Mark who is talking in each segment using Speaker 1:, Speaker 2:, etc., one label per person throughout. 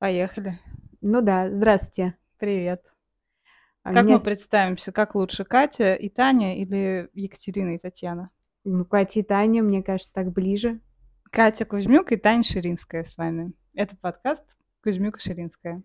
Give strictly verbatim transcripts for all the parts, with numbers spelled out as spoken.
Speaker 1: Поехали.
Speaker 2: Ну да, здравствуйте.
Speaker 1: Привет.
Speaker 2: А
Speaker 1: Как
Speaker 2: меня
Speaker 1: мы
Speaker 2: з
Speaker 1: представимся? Как лучше, Катя и Таня или Екатерина и Татьяна?
Speaker 2: ну, Катя и Таня, мне кажется, так ближе.
Speaker 1: Катя Кузьмюк и Таня Ширинская с вами. Это подкаст Кузьмюк и Ширинская.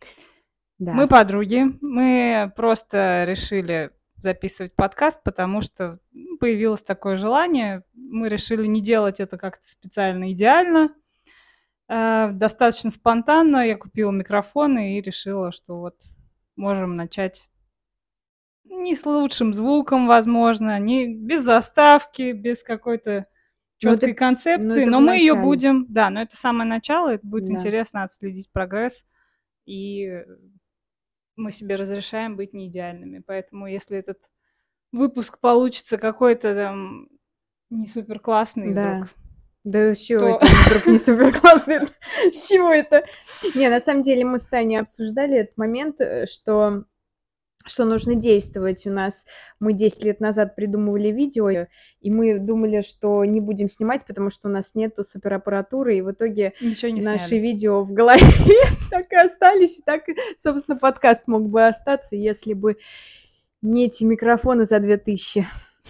Speaker 1: Мы
Speaker 2: Да.
Speaker 1: подруги. Мы просто решили записывать подкаст, потому что м, появилось такое желание. Мы решили не делать это как-то специально идеально. Э, достаточно спонтанно. Я купила микрофон и решила, что вот можем начать не с лучшим звуком, возможно, не без заставки, без какой-то
Speaker 2: Ну
Speaker 1: четкой
Speaker 2: это ну
Speaker 1: концепции,
Speaker 2: это в
Speaker 1: но мы ее
Speaker 2: начале.
Speaker 1: будем, да, но это самое начало, это будет
Speaker 2: Да.
Speaker 1: интересно отследить прогресс, и мы себе разрешаем быть не идеальными. Поэтому если этот выпуск получится какой-то там не супер классный
Speaker 2: Да.
Speaker 1: вдруг,
Speaker 2: Да с чего
Speaker 1: то
Speaker 2: это он вдруг не супер классный? С чего это? Не, на самом деле мы с Таней обсуждали этот момент, э, что что нужно действовать. У нас мы десять лет назад придумывали видео, и мы думали, что не будем снимать, потому что у нас нету супераппаратуры, и в итоге
Speaker 1: ничего не
Speaker 2: наши
Speaker 1: сняли.
Speaker 2: видео в голове так и остались, и так, собственно, подкаст мог бы остаться, если бы не эти микрофоны за две тысячи.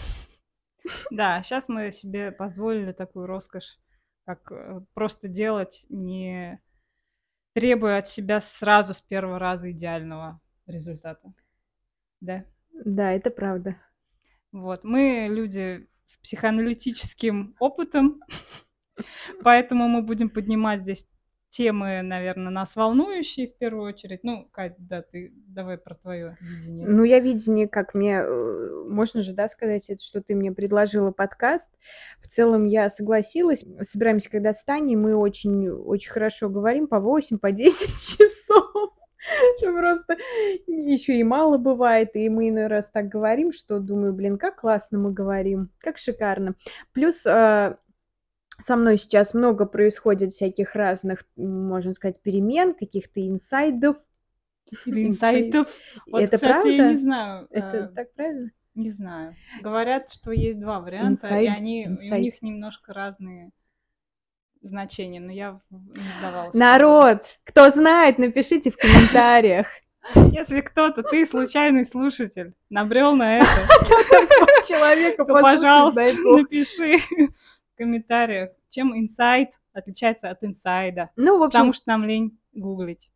Speaker 1: Да, сейчас мы себе позволили такую роскошь, как э, просто делать, не требуя от себя сразу с первого раза идеального результата. Да.
Speaker 2: Да, это правда.
Speaker 1: Вот. Мы люди с психоаналитическим опытом, поэтому мы будем поднимать здесь темы, наверное, нас волнующие в первую очередь. Ну, Кать, да, ты давай про твое видение.
Speaker 2: Ну, я видение, как мне, э, можно же, да, сказать, это что ты мне предложила подкаст. В целом я согласилась. Собираемся когда с Таней, мы очень, очень хорошо говорим, по восемь, по десять часов. Что просто еще и мало бывает. И мы иной раз так говорим, что думаю, блин, как классно мы говорим, как шикарно. Плюс э, со мной сейчас много происходит всяких разных, м, можно сказать, перемен, каких-то инсайдов.
Speaker 1: Или
Speaker 2: Инсайд.
Speaker 1: инсайтов. Вот,
Speaker 2: Это
Speaker 1: кстати, я не
Speaker 2: правда?
Speaker 1: знаю,
Speaker 2: Это
Speaker 1: э,
Speaker 2: так правильно?
Speaker 1: не знаю. Говорят, что есть два варианта, и
Speaker 2: Инсайд,
Speaker 1: они, и у
Speaker 2: инсайд.
Speaker 1: них немножко разные значения, но я в- не вдавалась в
Speaker 2: Народ,
Speaker 1: подробности.
Speaker 2: кто знает, напишите в комментариях.
Speaker 1: Если кто-то, ты случайный слушатель, набрел на это,
Speaker 2: Человека
Speaker 1: то,
Speaker 2: послушать,
Speaker 1: пожалуйста,
Speaker 2: дай бог.
Speaker 1: напиши в комментариях, чем инсайт отличается от инсайда.
Speaker 2: Ну, в
Speaker 1: Потому
Speaker 2: общем,
Speaker 1: что нам лень гуглить.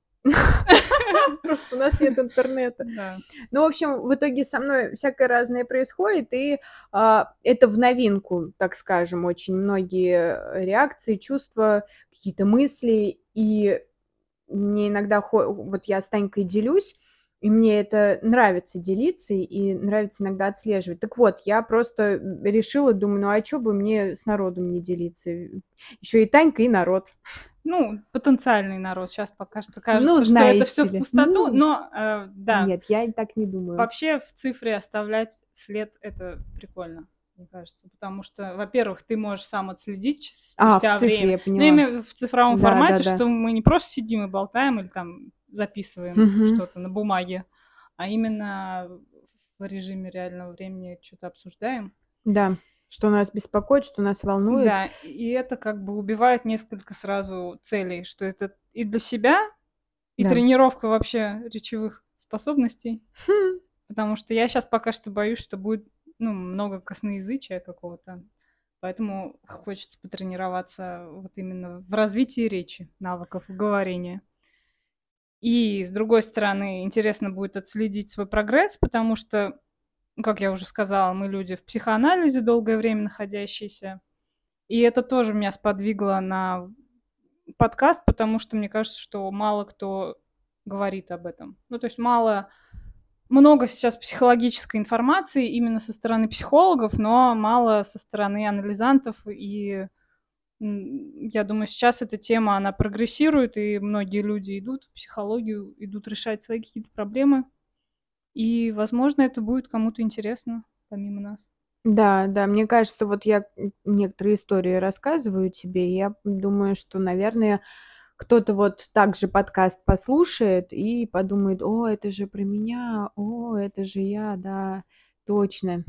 Speaker 2: просто у нас нет интернета.
Speaker 1: Да.
Speaker 2: Ну, в общем, в итоге со мной всякое разное происходит, и а, это в новинку, так скажем, очень многие реакции, чувства, какие-то мысли, и мне иногда, хо- вот я с Танькой делюсь, и мне это нравится делиться, и нравится иногда отслеживать. Так вот, я просто решила, думаю, ну а что бы мне с народом не делиться? Еще и Танька, и народ.
Speaker 1: Ну, потенциальный народ. Сейчас пока что
Speaker 2: Ну,
Speaker 1: кажется, что это все
Speaker 2: знаете
Speaker 1: в
Speaker 2: ли.
Speaker 1: пустоту,
Speaker 2: Ну,
Speaker 1: но э, да,
Speaker 2: нет, я и так не думаю.
Speaker 1: вообще в цифре оставлять след это прикольно, мне кажется. Потому что, во-первых, ты можешь сам отследить
Speaker 2: А, в
Speaker 1: спустя
Speaker 2: цифре,
Speaker 1: время.
Speaker 2: я
Speaker 1: Ну,
Speaker 2: поняла.
Speaker 1: именно в цифровом
Speaker 2: Да, да,
Speaker 1: формате,
Speaker 2: да.
Speaker 1: что мы не просто сидим и болтаем или там записываем
Speaker 2: Мгм.
Speaker 1: что-то на бумаге, а именно в режиме реального времени что-то обсуждаем.
Speaker 2: Да, что нас беспокоит, что нас волнует.
Speaker 1: Да, и это как бы убивает несколько сразу целей, что это и для себя, и
Speaker 2: Да.
Speaker 1: тренировка вообще речевых способностей.
Speaker 2: Хм.
Speaker 1: Потому что я сейчас пока что боюсь, что будет ну, много косноязычия какого-то. Поэтому хочется потренироваться вот именно в развитии речи, навыков говорения. И, с другой стороны, интересно будет отследить свой прогресс, потому что, ну, как я уже сказала, мы люди в психоанализе долгое время находящиеся. И это тоже меня сподвигло на подкаст, потому что мне кажется, что мало кто говорит об этом. Ну, то есть мало, много сейчас психологической информации именно со стороны психологов, но мало со стороны анализантов. И м, я думаю, сейчас эта тема, она прогрессирует, и многие люди идут в психологию, идут решать свои какие-то проблемы. И, возможно, это будет кому-то интересно, помимо нас.
Speaker 2: Да, да, мне кажется, вот я м, некоторые истории рассказываю тебе, и я думаю, что, наверное, кто-то вот так же подкаст послушает и подумает, о, это же про меня, о, это же я, да, точно.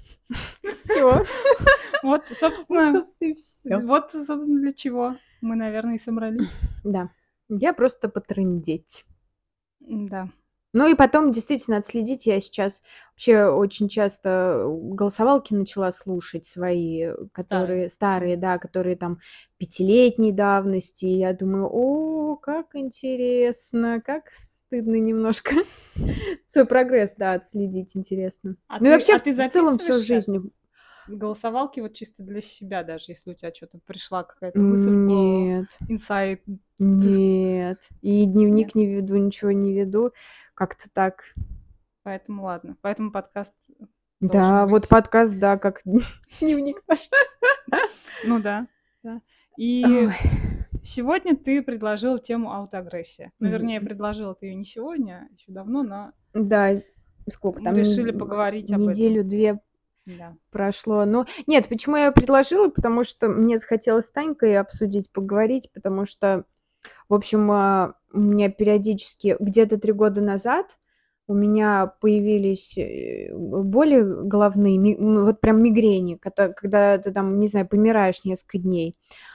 Speaker 2: Все.
Speaker 1: Вот,
Speaker 2: Вот,
Speaker 1: собственно,
Speaker 2: собственно, и все.
Speaker 1: вот, собственно, для чего мы, наверное, и собрались.
Speaker 2: Да. Я просто потрындеть.
Speaker 1: Да.
Speaker 2: Ну и потом действительно отследить. Я сейчас вообще очень часто голосовалки начала слушать свои,
Speaker 1: Старые.
Speaker 2: которые старые,
Speaker 1: Мгм.
Speaker 2: да, которые там пятилетней давности. И я думаю: "О, как интересно, как стыдно немножко". Свой прогресс, да, отследить интересно.
Speaker 1: А
Speaker 2: Ну и
Speaker 1: ты
Speaker 2: вообще
Speaker 1: а
Speaker 2: в
Speaker 1: ты
Speaker 2: в целом
Speaker 1: записываешь
Speaker 2: всё в
Speaker 1: щас
Speaker 2: жизни.
Speaker 1: с голосовалки вот чисто для себя, даже если у тебя чё-то пришла какая-то мысль в голову,
Speaker 2: Нет.
Speaker 1: инсайт, т ты
Speaker 2: Нет. И
Speaker 1: Нет?
Speaker 2: дневник не веду, ничего не веду. Как-то так.
Speaker 1: Поэтому ладно. Поэтому подкаст должен
Speaker 2: Да, вот
Speaker 1: быть.
Speaker 2: подкаст, да, как дневник наш.
Speaker 1: Ну да, да. И
Speaker 2: Ой.
Speaker 1: сегодня ты предложила тему аутоагрессия. Ну, вернее,
Speaker 2: Мгм.
Speaker 1: предложила ты её не сегодня, а ещё давно, но
Speaker 2: Да, сколько
Speaker 1: мы
Speaker 2: там,
Speaker 1: решили
Speaker 2: н
Speaker 1: поговорить об этом.
Speaker 2: неделю-две
Speaker 1: Да.
Speaker 2: прошло. Но нет, почему я её предложила? Потому что мне захотелось с Танькой обсудить, поговорить, потому что, в общем, а, у меня периодически где-то три года назад у меня появились, э, боли головные, ми ну, вот прям мигрени, кото когда ты там, не знаю, помираешь несколько дней.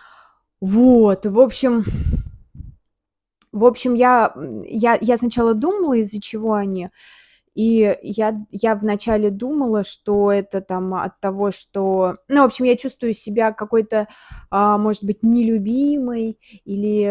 Speaker 2: Вот, в общем в общем, я, м, я я сначала думала, из-за чего они. И я я вначале думала, что это там от того, что ну, в общем, я чувствую себя какой-то, а, может быть, нелюбимой или,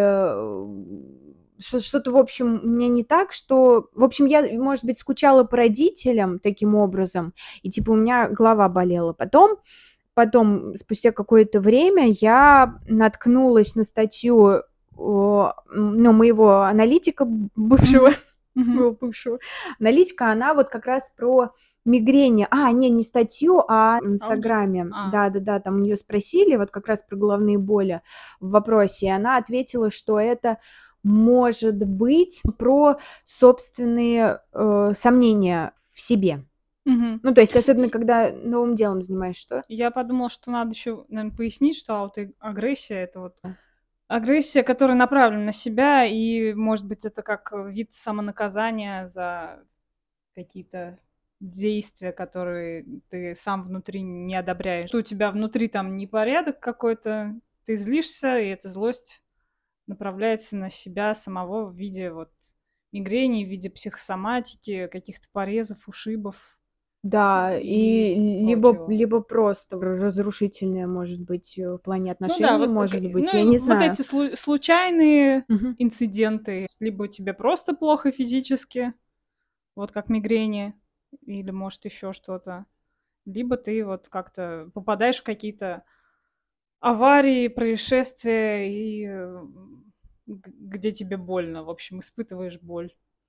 Speaker 2: э, что что-то, в общем, у меня не так, что в общем, я, может быть, скучала по родителям таким образом, и типа у меня голова болела. Потом потом, спустя какое-то время, я наткнулась на статью, о, ну, моего аналитика б бывшего,
Speaker 1: Мгм. Мгм.
Speaker 2: моего бывшего аналитика. Она вот как раз про мигрени. А, не, не статью, а в
Speaker 1: Аудио?
Speaker 2: "Инстаграме".
Speaker 1: А.
Speaker 2: Да-да-да, там у неё спросили вот как раз про головные боли в вопросе, и она ответила, что это может быть про собственные, э, сомнения в себе.
Speaker 1: Мгм.
Speaker 2: Ну, то есть особенно,
Speaker 1: И
Speaker 2: когда новым делом занимаешься. Что?
Speaker 1: Я подумала, что надо ещё, наверно, пояснить, что аутоагрессия- это вот
Speaker 2: Да.
Speaker 1: агрессия, которая направлена на себя, и, может быть, это как вид самонаказания за какие-то действия, которые ты сам внутри не одобряешь. Что у тебя внутри там непорядок какой-то, ты злишься, и эта злость направляется на себя самого в виде вот мигрени, в виде психосоматики, каких-то порезов, ушибов
Speaker 2: Да,
Speaker 1: и
Speaker 2: и либо
Speaker 1: прочего.
Speaker 2: либо просто разрушительное, может быть, э, в плане
Speaker 1: Ну да,
Speaker 2: отношений,
Speaker 1: вот, э, к
Speaker 2: может быть,
Speaker 1: ну
Speaker 2: я
Speaker 1: и
Speaker 2: не
Speaker 1: вот
Speaker 2: знаю.
Speaker 1: эти слу случайные
Speaker 2: Мгм.
Speaker 1: инциденты, либо тебе просто плохо физически, вот как мигрени или, может, ещё что-то, либо ты вот как-то попадаешь в какие-то аварии, происшествия и, м, г где тебе больно, в общем, испытываешь боль.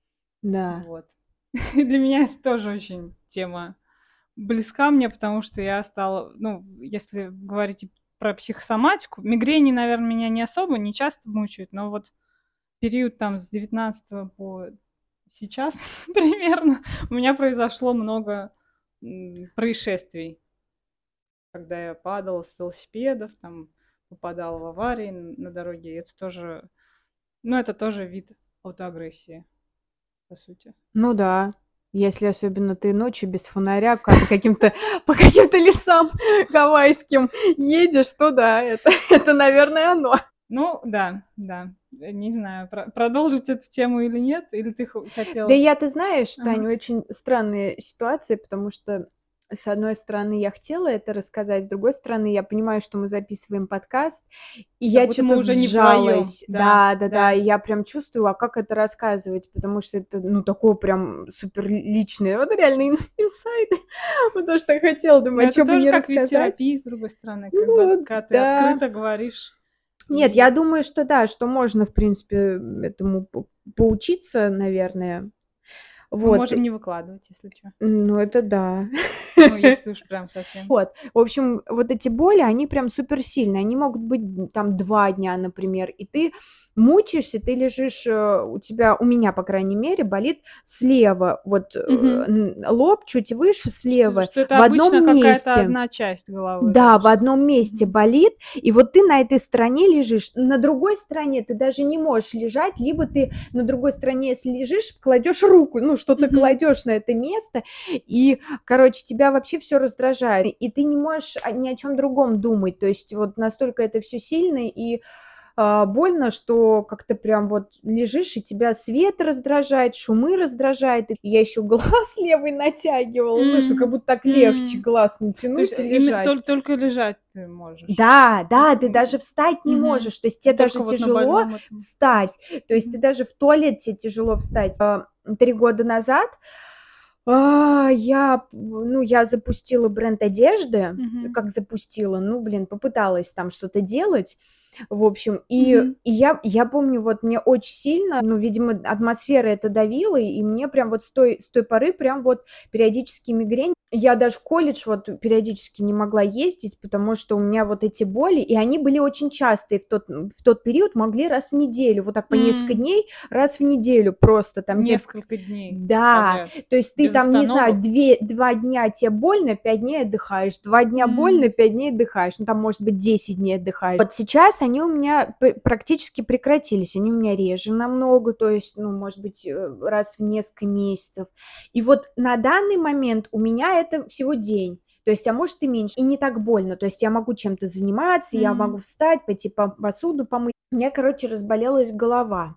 Speaker 2: Да.
Speaker 1: Вот. Для меня это тоже очень тема близка мне, потому что я стала, ну, если говорить про психосоматику, мигрени, наверно, меня не особо, не часто мучают, но вот период там с девятнадцатого по сейчас примерно у меня произошло много, м, происшествий. Когда я падала с велосипедов, там, попадала в аварии н на дороге, и это тоже, ну, это тоже вид аутоагрессии, по сути.
Speaker 2: Ну да, если особенно ты ночью без фонаря ка по каким-то по каким-то лесам гавайским едешь, то да, это это, наверное, оно.
Speaker 1: Ну да, да. Э, не знаю, про продолжить эту тему или нет, или ты хо
Speaker 2: Да
Speaker 1: хотела
Speaker 2: я, ты знаешь,
Speaker 1: Ага.
Speaker 2: Тань, очень странная ситуация, потому что, с одной стороны, я хотела это рассказать, с другой стороны, я понимаю, что мы записываем подкаст, и
Speaker 1: Как
Speaker 2: я
Speaker 1: будто мы
Speaker 2: чё-то
Speaker 1: уже не вдвоём.
Speaker 2: сжалась.
Speaker 1: Да,
Speaker 2: Да-да-да,
Speaker 1: да.
Speaker 2: и я прям чувствую, а как это рассказывать, потому что это, ну, такое прям супер ли личное. Вот реально ин инсайд. Вот то, что я хотела,
Speaker 1: Но
Speaker 2: думаю, а
Speaker 1: это
Speaker 2: чё бы
Speaker 1: тоже
Speaker 2: не
Speaker 1: как вид
Speaker 2: рассказать?
Speaker 1: терапии, с другой стороны, когда
Speaker 2: Ну
Speaker 1: когда ты
Speaker 2: да.
Speaker 1: открыто говоришь
Speaker 2: Нет, я
Speaker 1: и
Speaker 2: думаю, что да, что можно, в принципе, этому по поучиться, наверное.
Speaker 1: Мы
Speaker 2: Вот.
Speaker 1: можем не выкладывать, если чё.
Speaker 2: Ну, это да.
Speaker 1: Ну, если уж прям совсем.
Speaker 2: Вот. В общем, вот эти боли, они прям суперсильные. Они могут быть, м, там два дня, например, и ты мучаешься, ты лежишь, э, у тебя, у меня, по крайней мере, болит слева, вот, э,
Speaker 1: Мгм.
Speaker 2: н лоб чуть выше
Speaker 1: Что
Speaker 2: слева,
Speaker 1: что это
Speaker 2: в
Speaker 1: обычно
Speaker 2: одном
Speaker 1: какая-то
Speaker 2: месте.
Speaker 1: одна часть головы, да,
Speaker 2: Да, в
Speaker 1: что
Speaker 2: одном месте
Speaker 1: Мгм.
Speaker 2: болит, и вот ты на этой стороне лежишь. На другой стороне ты даже не можешь лежать, либо ты на другой стороне, если лежишь, кладёшь руку, ну, что-то
Speaker 1: Мгм.
Speaker 2: кладёшь на это место, и, короче, тебя вообще всё раздражает, и ты не можешь о ни о чём другом думать. То есть вот настолько это всё сильно, и а, больно, что как-то прям вот лежишь, и тебя свет раздражает, шумы раздражает. И я еще глаз левый натягивала, ну, что как
Speaker 1: М,
Speaker 2: будто так легче
Speaker 1: м.
Speaker 2: глаз
Speaker 1: То есть
Speaker 2: натянуть и
Speaker 1: э, име
Speaker 2: лежать.
Speaker 1: толь только лежать ты можешь.
Speaker 2: Да,
Speaker 1: М,
Speaker 2: да, ты даже
Speaker 1: м,
Speaker 2: встать не
Speaker 1: мгм.
Speaker 2: можешь, то есть те даже
Speaker 1: Только вот на
Speaker 2: тяжело
Speaker 1: больном этом.
Speaker 2: встать, то есть ты
Speaker 1: Мгм.
Speaker 2: даже в туалет те тяжело встать. А, три года назад, а, я, п ну, я запустила бренд одежды.
Speaker 1: Мгм.
Speaker 2: Как запустила? Ну, блин, попыталась там что-то делать. В общем, и
Speaker 1: Мгм.
Speaker 2: и я я помню, вот мне очень сильно, ну, видимо, атмосфера это давила, и мне прям вот с той с той поры прям вот периодически мигрень. Я даже в колледж вот периодически не могла ездить, потому что у меня вот эти боли, и они были очень частые в тот в тот период, могли раз в неделю, вот так по несколько
Speaker 1: М.
Speaker 2: дней, раз в неделю просто там те
Speaker 1: Несколько дней
Speaker 2: Да,
Speaker 1: подряд,
Speaker 2: то есть ты
Speaker 1: без
Speaker 2: там, не знаю,
Speaker 1: остановок?
Speaker 2: две два дня те больно, пять дней отдыхаешь, два дня больно,
Speaker 1: М.
Speaker 2: пять дней отдыхаешь, ну, там, может быть, десять дней отдыхаешь. Вот сейчас они у меня п практически прекратились, они у меня реже намного, то есть, ну, может быть, э, раз в несколько месяцев. И вот на данный момент у меня это всего день, то есть, а может и меньше, и не так больно. То есть я могу чем-то заниматься, я
Speaker 1: М.
Speaker 2: могу встать, пойти по посуду помыть. У меня, короче, разболелась голова.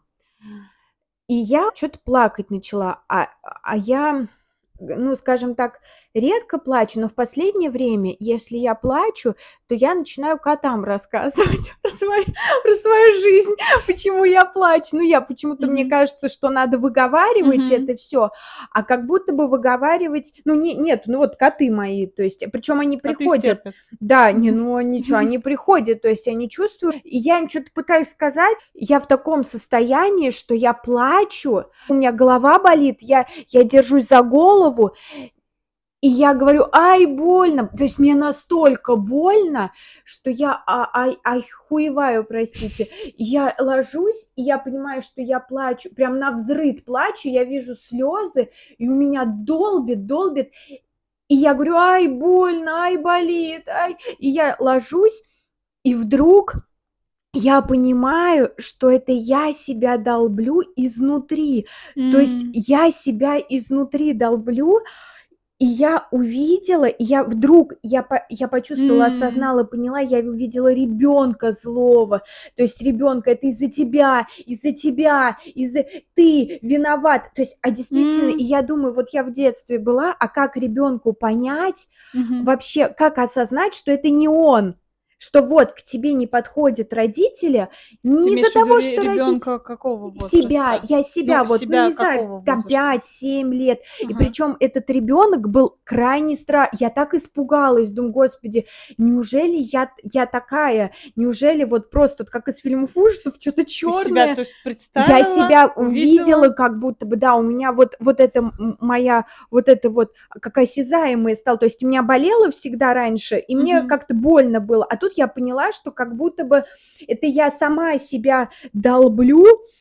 Speaker 2: И я чё-то плакать начала, а а я, ну, скажем так, редко плачу, но в последнее время, если я плачу, то я начинаю котам рассказывать про свою про свою жизнь, почему я плачу. Ну, я почему-то, мне
Speaker 1: Мгм.
Speaker 2: кажется, что надо выговаривать
Speaker 1: Мгм.
Speaker 2: это всё, а как будто бы выговаривать, ну, не нет, ну, вот коты мои, то есть, причём они
Speaker 1: Коты
Speaker 2: приходят.
Speaker 1: стерпят.
Speaker 2: Да, не, ну, они чё, они приходят, то есть они чувствуют, и я им чё-то пытаюсь сказать. Я в таком состоянии, что я плачу, у меня голова болит, я я держусь за голову, и я говорю: "Ай, больно!" То есть мне настолько больно, что я а ай айхуеваю, простите. Я ложусь, и я понимаю, что я плачу, прям навзрыд плачу, я вижу слёзы, и у меня долбит долбит, и я говорю: "Ай, больно, ай, болит, ай". И я ложусь, и вдруг я понимаю, что это я себя долблю изнутри. То есть
Speaker 1: М.
Speaker 2: я себя изнутри долблю, и я увидела, и я вдруг, я по я почувствовала,
Speaker 1: М.
Speaker 2: осознала, поняла, я увидела ребёнка злого. То есть ребёнка: "Это из-за тебя, из-за тебя, из-за ты виноват". То есть, а действительно, и
Speaker 1: М.
Speaker 2: я думаю, вот я в детстве была, а как ребёнку понять,
Speaker 1: Мгм.
Speaker 2: вообще, как осознать, что это не он, что вот к тебе не подходят родители
Speaker 1: Ты
Speaker 2: не из-за
Speaker 1: имеешь в виду
Speaker 2: того,
Speaker 1: ре
Speaker 2: что родить
Speaker 1: ребёнка какого
Speaker 2: себя,
Speaker 1: возраста?
Speaker 2: я
Speaker 1: Ну,
Speaker 2: себя вот, ну,
Speaker 1: себя
Speaker 2: не знаю,
Speaker 1: какого
Speaker 2: там
Speaker 1: возраста?
Speaker 2: пять семь лет, и
Speaker 1: Ага.
Speaker 2: причём этот ребёнок был крайне стра я так испугалась, думаю: "Господи, неужели я т я такая? Неужели вот просто вот как из фильмов ужасов, чё-то
Speaker 1: Ты себя,
Speaker 2: чёрное?"
Speaker 1: то есть,
Speaker 2: Я
Speaker 1: представила,
Speaker 2: себя увидела,
Speaker 1: увидела?
Speaker 2: как будто бы, да, у меня вот вот это м моя, вот это вот как осязаемое стало. То есть у меня болело всегда раньше, и мне
Speaker 1: Мгм.
Speaker 2: как-то больно было, а тут я поняла, что как будто бы это я сама себя долблю.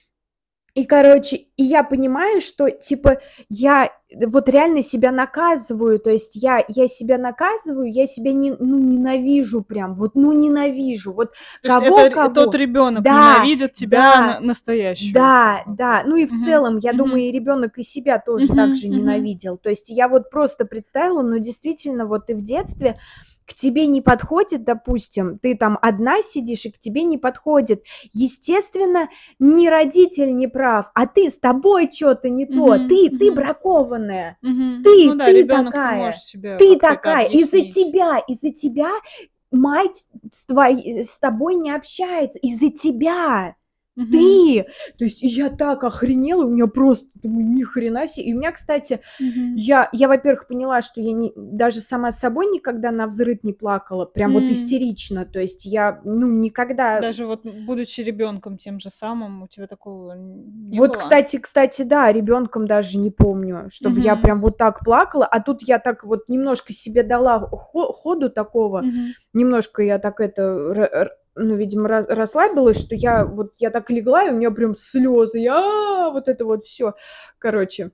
Speaker 2: И, короче, и я понимаю, что, типа, я вот реально себя наказываю, то есть я я себя наказываю, я себя не ну, ненавижу прям, вот, ну, ненавижу, вот
Speaker 1: То есть это ре тот
Speaker 2: кого-кого.
Speaker 1: ребёнок
Speaker 2: Да,
Speaker 1: ненавидит тебя
Speaker 2: да,
Speaker 1: на настоящую, как
Speaker 2: да,
Speaker 1: бы,
Speaker 2: да.
Speaker 1: вот.
Speaker 2: Ну и в
Speaker 1: Мгм,
Speaker 2: целом, я думаю,
Speaker 1: мгм.
Speaker 2: и ребёнок и себя тоже так
Speaker 1: Мгм,
Speaker 2: же
Speaker 1: мгм.
Speaker 2: ненавидел. То есть я вот просто представила, ну, действительно, вот ты в детстве, к тебе не подходит, допустим, ты там одна сидишь, и к тебе не подходит. Естественно, не родитель не прав, а ты, с тобой чё-то не то.
Speaker 1: Мгм,
Speaker 2: Ты ты
Speaker 1: мгм.
Speaker 2: бракованная,
Speaker 1: Мгм.
Speaker 2: ты
Speaker 1: Ну да,
Speaker 2: ты
Speaker 1: ребёнок-то может
Speaker 2: такая,
Speaker 1: себе
Speaker 2: ты
Speaker 1: как-то это
Speaker 2: такая, из-за
Speaker 1: объяснить.
Speaker 2: тебя из-за тебя мать с твоей с тобой не общается, из-за тебя.
Speaker 1: Мгм.
Speaker 2: Ты! То есть и я так охренела, у меня просто, думаю: "Ни хрена се". И у меня, кстати,
Speaker 1: Мгм.
Speaker 2: я я, во-первых, поняла, что я не даже сама с собой никогда навзрыд не плакала, прям вот
Speaker 1: М.
Speaker 2: истерично. То есть я, ну, никогда
Speaker 1: Даже вот, м, будучи ребёнком тем же самым, у тебя такого н не
Speaker 2: Вот,
Speaker 1: было?
Speaker 2: кстати кстати, да, ребёнком даже не помню, чтобы я
Speaker 1: Мгм.
Speaker 2: прям вот так плакала, а тут я так вот немножко себе дала хо ходу такого,
Speaker 1: Мгм.
Speaker 2: немножко я так это, р р ну, видимо, ра расслабилась, что я вот я так легла, и у меня прям слёзы, я а вот это вот всё. Короче.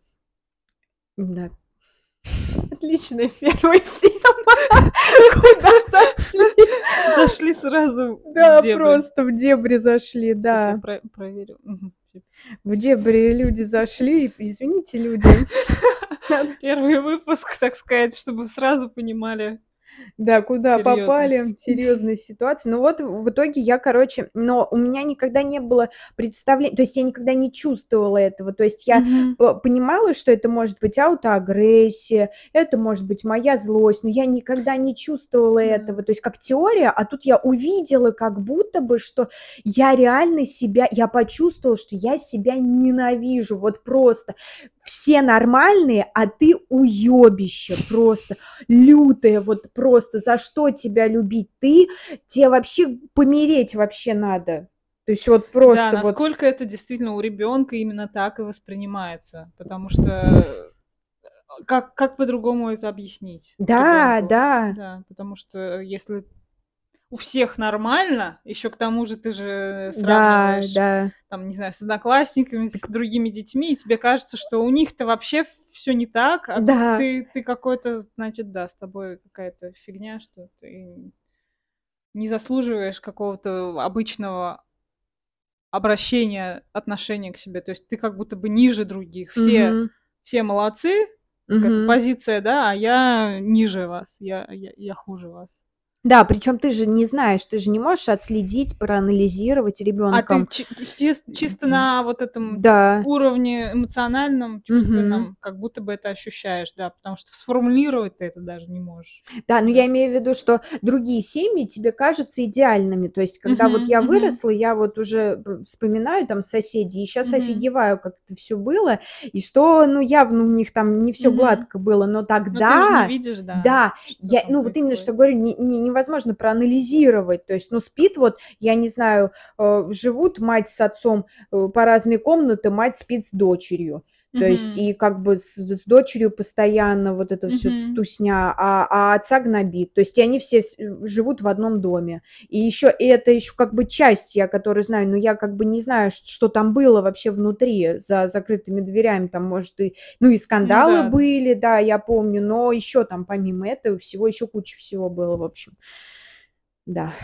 Speaker 2: Да. Отличная первая тема. Куда зашли?
Speaker 1: Зашли сразу в
Speaker 2: Да,
Speaker 1: дебри.
Speaker 2: просто в дебри зашли,
Speaker 1: Щас я
Speaker 2: да.
Speaker 1: про проверю. Мгм.
Speaker 2: В дебри люди зашли, извините, люди. Надо
Speaker 1: Первый выпуск, так сказать, чтобы сразу понимали.
Speaker 2: Да, куда попали,
Speaker 1: Серьезность.
Speaker 2: серьезная ситуация. Ну вот в в итоге я, короче, но у меня никогда не было представления, то есть я никогда не чувствовала этого. То есть я
Speaker 1: Мгм.
Speaker 2: п понимала, что это может быть аутоагрессия, это может быть моя злость, но я никогда не чувствовала
Speaker 1: Да.
Speaker 2: этого. То есть как теория, а тут я увидела как будто бы, что я реально себя я почувствовала, что я себя ненавижу. Вот просто все нормальные, а ты уёбище просто. Лютая, вот просто за что тебя любить? Ты те вообще помереть вообще надо. То есть вот
Speaker 1: Да,
Speaker 2: просто вот.
Speaker 1: насколько это действительно у ребенка именно так и воспринимается, потому что э, как, как по-другому это объяснить
Speaker 2: Да,
Speaker 1: ребенку?
Speaker 2: да,
Speaker 1: Да, потому что если у всех нормально, еще к тому же ты же
Speaker 2: да,
Speaker 1: сравниваешь,
Speaker 2: да,
Speaker 1: там, не знаю, с одноклассниками, с другими детьми, и тебе кажется, что у них-то вообще все не так, а тут
Speaker 2: да.
Speaker 1: ты, ты какой-то, значит, да, с тобой какая-то фигня, что ты не заслуживаешь какого-то обычного обращения, отношения к себе. То есть ты как будто бы ниже других. Все,
Speaker 2: Мгм,
Speaker 1: все молодцы, какая-то
Speaker 2: мгм.
Speaker 1: позиция, да, а я ниже вас, я, я, я хуже вас.
Speaker 2: Да, причем ты же не знаешь, ты же не можешь отследить, проанализировать
Speaker 1: А ты
Speaker 2: ребенком.
Speaker 1: чи- чис- чисто на вот этом
Speaker 2: Да,
Speaker 1: уровне эмоциональном,
Speaker 2: мгм.
Speaker 1: чувственном, как будто бы это ощущаешь, да, потому что сформулировать ты это даже не можешь.
Speaker 2: Да, но
Speaker 1: Да.
Speaker 2: я имею в виду, что другие семьи тебе кажутся идеальными. То есть, когда вот
Speaker 1: Мгм,
Speaker 2: я
Speaker 1: мгм,
Speaker 2: выросла, я вот уже п вспоминаю там соседей и сейчас
Speaker 1: мгм,
Speaker 2: офигеваю, как это все было, и что, ну, явно у них там не все
Speaker 1: мгм.
Speaker 2: гладко было. Но
Speaker 1: Но ты же не
Speaker 2: тогда,
Speaker 1: видишь, да,
Speaker 2: да,
Speaker 1: что
Speaker 2: я,
Speaker 1: там
Speaker 2: ну, вот именно что
Speaker 1: происходит.
Speaker 2: говорю, не не невозможно проанализировать. То есть, ну, спит вот, я не знаю, э, живут мать с отцом, э, по разные комнаты, мать спит с дочерью. То есть
Speaker 1: Мгм,
Speaker 2: и как бы с с дочерью постоянно вот это все
Speaker 1: мгм.
Speaker 2: тусня, а а отца гнобит. То есть и они все с э, живут в одном доме. И еще и это еще как бы часть я, которую знаю, но я как бы не знаю, ш что там было вообще внутри за закрытыми дверями. Там, может, и ну, и
Speaker 1: Ну
Speaker 2: скандалы
Speaker 1: да, да.
Speaker 2: были, да, я помню, но еще там помимо этого всего еще куча всего было, в общем. Да.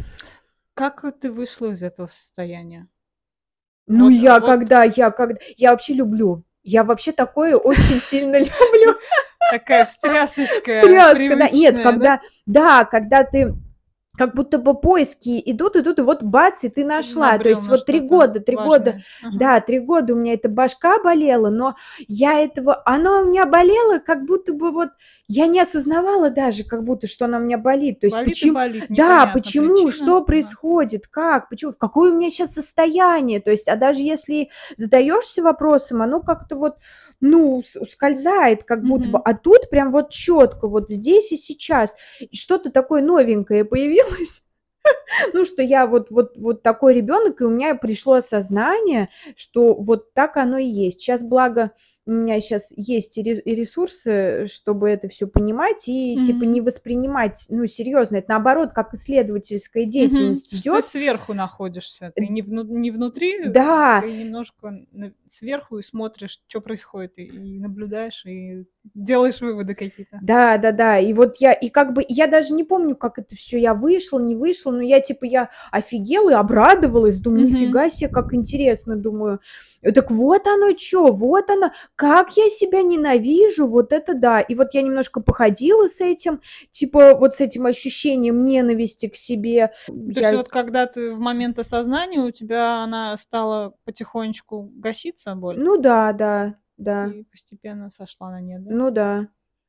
Speaker 1: Как вот ты вышла из этого состояния?
Speaker 2: Ну,
Speaker 1: Вот,
Speaker 2: я
Speaker 1: вот
Speaker 2: когда я когда я вообще люблю. Я вообще такое очень сильно люблю.
Speaker 1: такая встрясочка
Speaker 2: Встряска, да. Нет,
Speaker 1: привычная, да?
Speaker 2: когда да, когда ты как будто бы поиски идут, идут, и вот бац, и ты
Speaker 1: Ты
Speaker 2: нашла. То
Speaker 1: набрел
Speaker 2: есть
Speaker 1: на
Speaker 2: вот три
Speaker 1: что-то
Speaker 2: года, три года,
Speaker 1: важное. Ага.
Speaker 2: да, три года у меня эта башка болела, но я этого оно у меня болело, как будто бы вот я не осознавала даже, как будто, что оно у меня болит. То есть
Speaker 1: Болит и
Speaker 2: почему
Speaker 1: болит,
Speaker 2: да,
Speaker 1: непонятно
Speaker 2: почему,
Speaker 1: причина.
Speaker 2: что
Speaker 1: Ага.
Speaker 2: происходит, как, почему, какое у меня сейчас состояние. То есть, а даже если задаешься вопросом, оно как-то вот ну, с ускользает как будто бы,
Speaker 1: Мгм.
Speaker 2: а тут прям вот четко, вот здесь и сейчас. И что-то такое новенькое появилось. Ну, что я вот вот вот такой ребенок, и у меня пришло осознание, что вот так оно и есть. Сейчас, благо, у меня сейчас есть и ре и ресурсы, чтобы это все понимать и, типа, не
Speaker 1: Мгм.
Speaker 2: воспринимать, ну, серьезно. Это, наоборот, как исследовательская
Speaker 1: Мгм.
Speaker 2: деятельность
Speaker 1: Что ты
Speaker 2: идет.
Speaker 1: сверху находишься.
Speaker 2: Э,
Speaker 1: Ты не, вну- не внутри,
Speaker 2: да,
Speaker 1: ты немножко на- сверху и смотришь, что происходит, и, и наблюдаешь, и делаешь выводы какие-то.
Speaker 2: да-да-да. И вот я и как бы я даже не помню, как это все я вышла, не вышла, но я, типа, я офигела и обрадовалась. Думаю:
Speaker 1: Мгм.
Speaker 2: "Нифига себе, как интересно". Думаю, э, так вот оно чё, вот оно, как я себя ненавижу, вот это да. И вот я немножко походила с этим, типа, вот с этим ощущением ненависти к себе.
Speaker 1: То есть
Speaker 2: Я
Speaker 1: вот когда ты в момент осознания, у тебя она стала потихонечку гаситься, боль,
Speaker 2: ну да, да, да,
Speaker 1: и постепенно сошла на нет, да?
Speaker 2: ну да.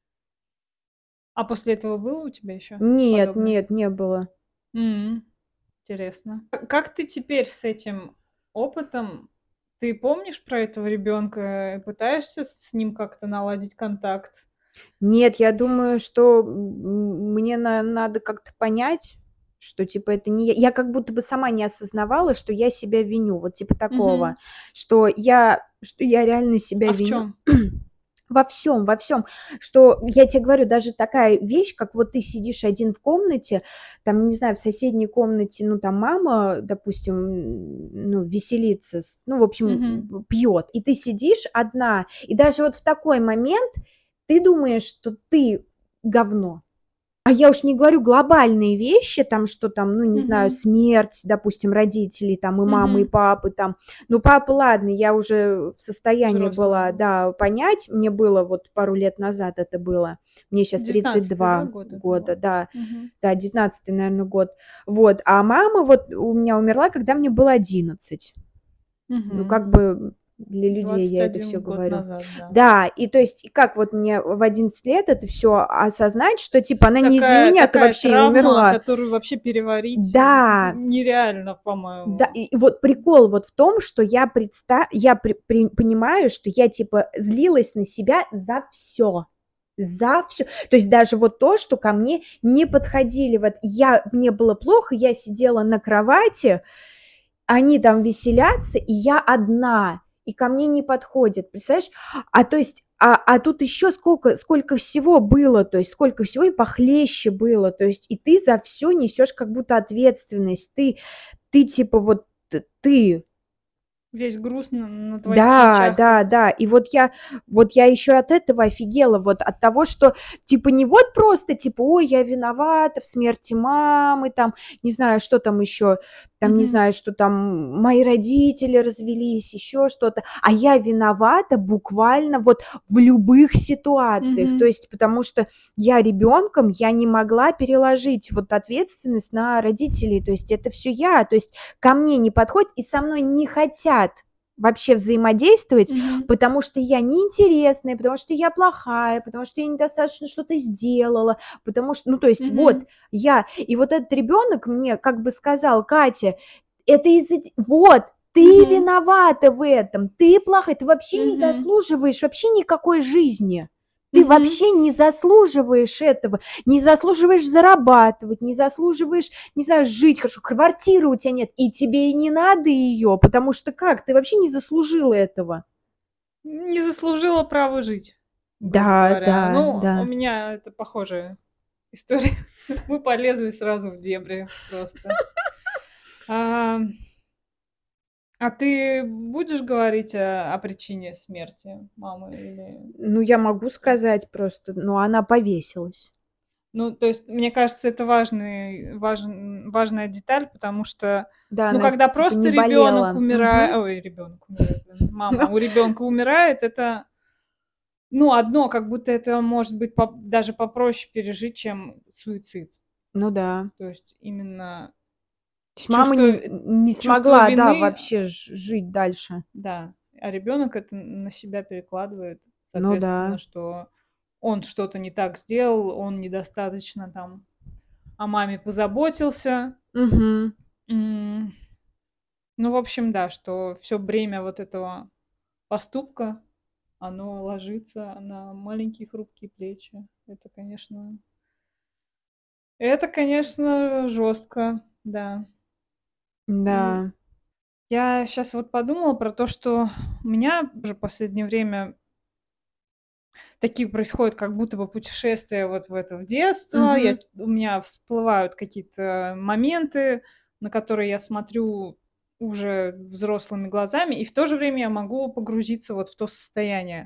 Speaker 1: А после этого было у тебя еще
Speaker 2: Нет,
Speaker 1: подобное?
Speaker 2: нет, не было.
Speaker 1: М, интересно. К как ты теперь с этим опытом? Ты помнишь про этого ребенка? Пытаешься с ним как-то наладить контакт?
Speaker 2: Нет, я думаю, что, м, мне на надо как-то понять, что, типа, это не я. Я как будто бы сама не осознавала, что я себя виню, вот типа такого,
Speaker 1: Мгм.
Speaker 2: что я что я реально себя
Speaker 1: А в
Speaker 2: виню
Speaker 1: чем?
Speaker 2: во всем, во всем, что я тебе говорю, даже такая вещь, как вот ты сидишь один в комнате, там, не знаю, в соседней комнате, ну, там мама, допустим, м, ну, веселится, с ну, в общем,
Speaker 1: Мгм.
Speaker 2: м, пьет, и ты сидишь одна, и даже вот в такой момент ты думаешь, что ты говно. А я уж не говорю глобальные вещи, там, что там, ну, не знаю,
Speaker 1: Мгм.
Speaker 2: смерть, допустим, родителей, там, и мамы, и
Speaker 1: Мгм.
Speaker 2: папы, там. Ну, папа, ладно, я уже в состоянии
Speaker 1: Взрослая,
Speaker 2: была,
Speaker 1: да.
Speaker 2: да, понять. Мне было вот пару лет назад это было. Мне сейчас тридцать
Speaker 1: девятнадцатый, да,
Speaker 2: два
Speaker 1: год это
Speaker 2: года,
Speaker 1: был?
Speaker 2: да.
Speaker 1: Мгм.
Speaker 2: Да, девятнадцатый, наверное, год. Вот. А мама вот у меня умерла, когда мне было одиннадцать. Ну,
Speaker 1: Мгм.
Speaker 2: как бы для людей
Speaker 1: двадцать
Speaker 2: я это все
Speaker 1: один год
Speaker 2: говорю.
Speaker 1: назад, да.
Speaker 2: Да, и то есть, и как вот мне в одиннадцать лет это все осознать, что типа она не из-за
Speaker 1: Такая
Speaker 2: меня-то
Speaker 1: такая
Speaker 2: вообще и
Speaker 1: травма,
Speaker 2: умерла.
Speaker 1: которую вообще переварить, э,
Speaker 2: Да,
Speaker 1: нереально,
Speaker 2: да,
Speaker 1: по-моему.
Speaker 2: и вот прикол вот в том, что я предста я при при понимаю, что я типа злилась на себя за все, за все. То есть даже вот то, что ко мне не подходили. Вот я мне было плохо, я сидела на кровати, они там веселятся, и я одна, и ко мне не подходят, представляешь? А то есть, а, а тут еще сколько, сколько всего было, то есть сколько всего и похлеще было, то есть и ты за все несешь как будто ответственность, ты, ты типа вот т- ты,
Speaker 1: Весь груз на на твоих
Speaker 2: да,
Speaker 1: плечах.
Speaker 2: да, да. И вот я вот я еще от этого офигела, вот от того, что типа не вот просто типа: "Ой, я виновата в смерти мамы", там, не знаю, что там еще, там, не
Speaker 1: Мгм.
Speaker 2: знаю, что там мои родители развелись, еще что-то, а я виновата буквально вот в любых ситуациях. То
Speaker 1: Мгм.
Speaker 2: есть потому что я ребенком, я не могла переложить вот ответственность на родителей. То есть это все я. То есть ко мне не подходят и со мной не хотят вообще взаимодействовать,
Speaker 1: Мгм.
Speaker 2: потому что я неинтересная, потому что я плохая, потому что я недостаточно что-то сделала, потому что, ну, то есть вот
Speaker 1: Мгм.
Speaker 2: я. И вот этот ребенок мне как бы сказал: "Катя, это из-за те вот, ты
Speaker 1: Мгм.
Speaker 2: виновата в этом, ты плохая, ты вообще не
Speaker 1: Мгм.
Speaker 2: заслуживаешь вообще никакой жизни. Ты
Speaker 1: Мгм.
Speaker 2: вообще не заслуживаешь этого, не заслуживаешь зарабатывать, не заслуживаешь, не знаю, жить хорошо, квартиры у тебя нет, и тебе и не надо ее, потому что как, ты вообще не заслужила этого".
Speaker 1: Не заслужила право жить, грубо
Speaker 2: Да,
Speaker 1: говоря.
Speaker 2: да,
Speaker 1: Ну,
Speaker 2: да.
Speaker 1: у меня это похожая история. Мы полезли сразу в дебри просто. А, а ты будешь говорить о, о причине смерти мамы или
Speaker 2: Ну, я могу
Speaker 1: что?
Speaker 2: сказать просто, но она повесилась.
Speaker 1: Ну, то есть, мне кажется, это важный, важн, важная деталь, потому что,
Speaker 2: Да,
Speaker 1: ну,
Speaker 2: она
Speaker 1: когда
Speaker 2: типа
Speaker 1: просто
Speaker 2: не
Speaker 1: ребенок
Speaker 2: болела.
Speaker 1: умирает,
Speaker 2: Мгм.
Speaker 1: ой, ребенок умирает, блин,
Speaker 2: Ну,
Speaker 1: мама у ребенка умирает, это, ну, одно, как будто это может быть поп- даже попроще пережить, чем суицид.
Speaker 2: ну да.
Speaker 1: То есть именно
Speaker 2: То есть мама
Speaker 1: чувство,
Speaker 2: не
Speaker 1: э,
Speaker 2: не
Speaker 1: чувство
Speaker 2: смогла, да,
Speaker 1: вины,
Speaker 2: вообще ж жить дальше.
Speaker 1: да, а ребенок это на себя перекладывает,
Speaker 2: Ну
Speaker 1: соответственно,
Speaker 2: да.
Speaker 1: что он что-то не так сделал, он недостаточно там о маме позаботился.
Speaker 2: Мгм.
Speaker 1: М, Ну, в общем, да, что все бремя вот этого поступка, оно ложится на маленькие хрупкие плечи. Это, конечно, это, конечно, жестко, да. И
Speaker 2: Да.
Speaker 1: я сейчас вот подумала про то, что у меня уже в последнее время такие происходят как будто бы путешествия вот в это в детство. Я
Speaker 2: Мгм.
Speaker 1: у меня всплывают какие-то моменты, на которые я смотрю уже взрослыми глазами, и в то же время я могу погрузиться вот в то состояние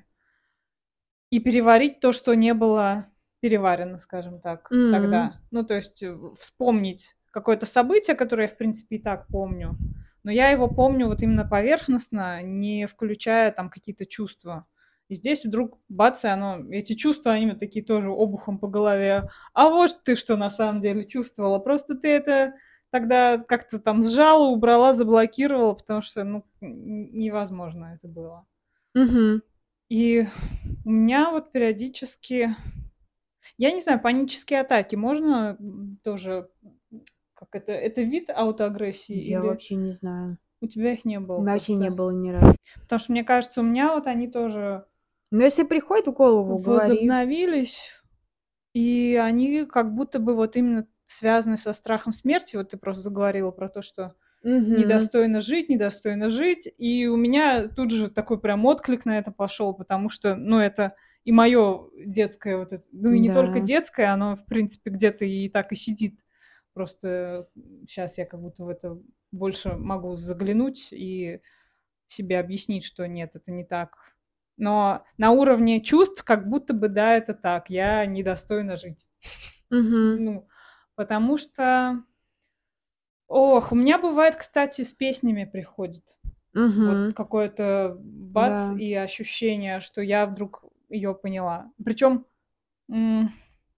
Speaker 1: и переварить то, что не было переварено, скажем так,
Speaker 2: М.
Speaker 1: тогда. Ну, то есть, э, вспомнить какое-то событие, которое я, в принципе, и так помню, но я его помню вот именно поверхностно, не включая там какие-то чувства. И здесь вдруг бац, и оно эти чувства, они вот такие тоже обухом по голове. А вот ты что на самом деле чувствовала. Просто ты это тогда как-то там сжала, убрала, заблокировала, потому что, ну, н невозможно это было.
Speaker 2: Мгм.
Speaker 1: И у меня вот периодически, я не знаю, панические атаки можно, м, тоже, м, как это это вид аутоагрессии
Speaker 2: Я
Speaker 1: или
Speaker 2: вообще не знаю.
Speaker 1: у тебя их не было
Speaker 2: Вообще не
Speaker 1: просто?
Speaker 2: было ни разу.
Speaker 1: Потому что, мне кажется, у меня вот они тоже
Speaker 2: Но если приходит в голову, говори.
Speaker 1: возобновились, и они как будто бы вот именно связаны со страхом смерти. Вот ты просто заговорила про то, что
Speaker 2: Мгм.
Speaker 1: недостойно жить, недостойно жить. И у меня тут же такой прям отклик на это пошел, потому что, ну, это и мое детское вот это, ну, и не только
Speaker 2: Да.
Speaker 1: детское, оно, в принципе, где-то и так и сидит. Просто сейчас я как будто в это больше могу заглянуть и себе объяснить, что нет, это не так. Но на уровне чувств как будто бы, да, это так, я недостойна жить.
Speaker 2: Мгм.
Speaker 1: Ну, потому что... Ох, у меня бывает, кстати, с песнями приходит. Вот
Speaker 2: Мгм.
Speaker 1: какое-то бац
Speaker 2: Да.
Speaker 1: и ощущение, что я вдруг ее поняла. Причем м,